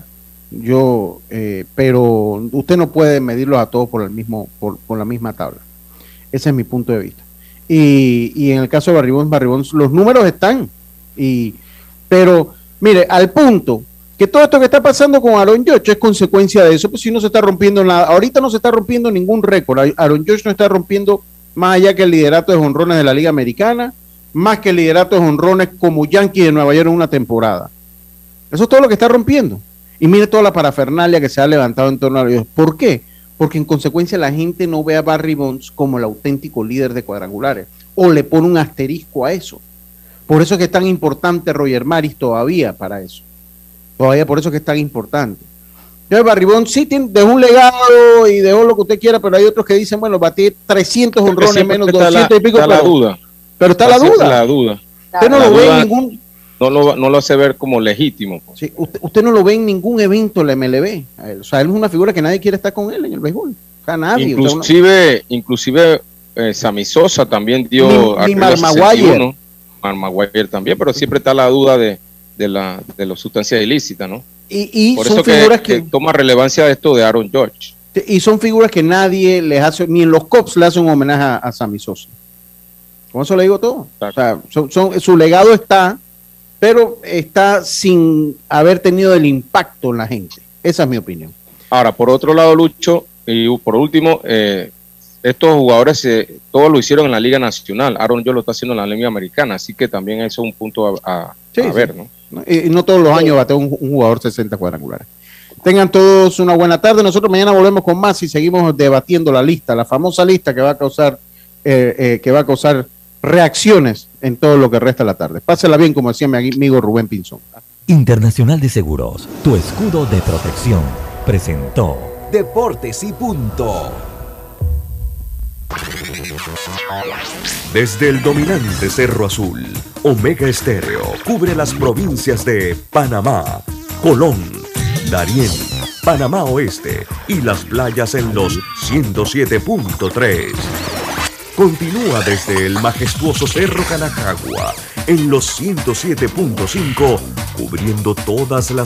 pero usted no puede medirlos a todos por la misma tabla. Ese es mi punto de vista. Y en el caso de Barry Bonds, los números están. Pero, mire, al punto que todo esto que está pasando con Aaron Judge es consecuencia de eso, pues si no se está rompiendo nada, ahorita no se está rompiendo ningún récord. Aaron Judge no está rompiendo más allá que el liderato de jonrones de la Liga Americana, más que el liderato de jonrones como Yankees de Nueva York en una temporada. Eso es todo lo que está rompiendo. Y mire toda la parafernalia que se ha levantado en torno a ellos. ¿Por qué? Porque en consecuencia la gente no ve a Barry Bonds como el auténtico líder de cuadrangulares, o le pone un asterisco a eso. Por eso es que es tan importante Roger Maris todavía para eso. Todavía por eso es que es tan importante. Entonces Barry Bonds sí dejó un legado y dejó lo que usted quiera, pero hay otros que dicen, bueno, batir 300 honrones menos 200 y pico. Está la duda. Pero está la duda. La duda. Usted no lo ve en ningún... No lo hace ver como legítimo. Sí, usted no lo ve en ningún evento de la MLB. O sea, él es una figura que nadie quiere estar con él en el béisbol. O sea, nadie. Inclusive Sammy Sosa también dio... Ni Mark Maguire. Mark Maguire también, pero siempre está la duda de la sustancia ilícita, ¿no? Y por son eso figuras que toma relevancia esto de Aaron Judge. Y son figuras que nadie les hace, ni en los Cubs le hace un homenaje a Sammy Sosa. Con eso le digo todo. O sea, su legado está, pero está sin haber tenido el impacto en la gente. Esa es mi opinión. Ahora, por otro lado, Lucho, y por último, estos jugadores todos lo hicieron en la Liga Nacional. Aaron Judge lo está haciendo en la Liga Americana, así que también eso es un punto a ver, ¿no? Y no todos los años batea un jugador 60 cuadrangulares. Tengan todos una buena tarde. Nosotros mañana volvemos con más y seguimos debatiendo la lista, la famosa lista que va a causar reacciones en todo lo que resta de la tarde. Pásela bien, como decía mi amigo Rubén Pinzón. Internacional de Seguros, tu escudo de protección, presentó Deportes y Punto. Desde el dominante Cerro Azul, Omega Estéreo cubre las provincias de Panamá, Colón, Darién, Panamá Oeste y las playas en los 107.3. Continúa desde el majestuoso Cerro Canajagua en los 107.5, cubriendo todas las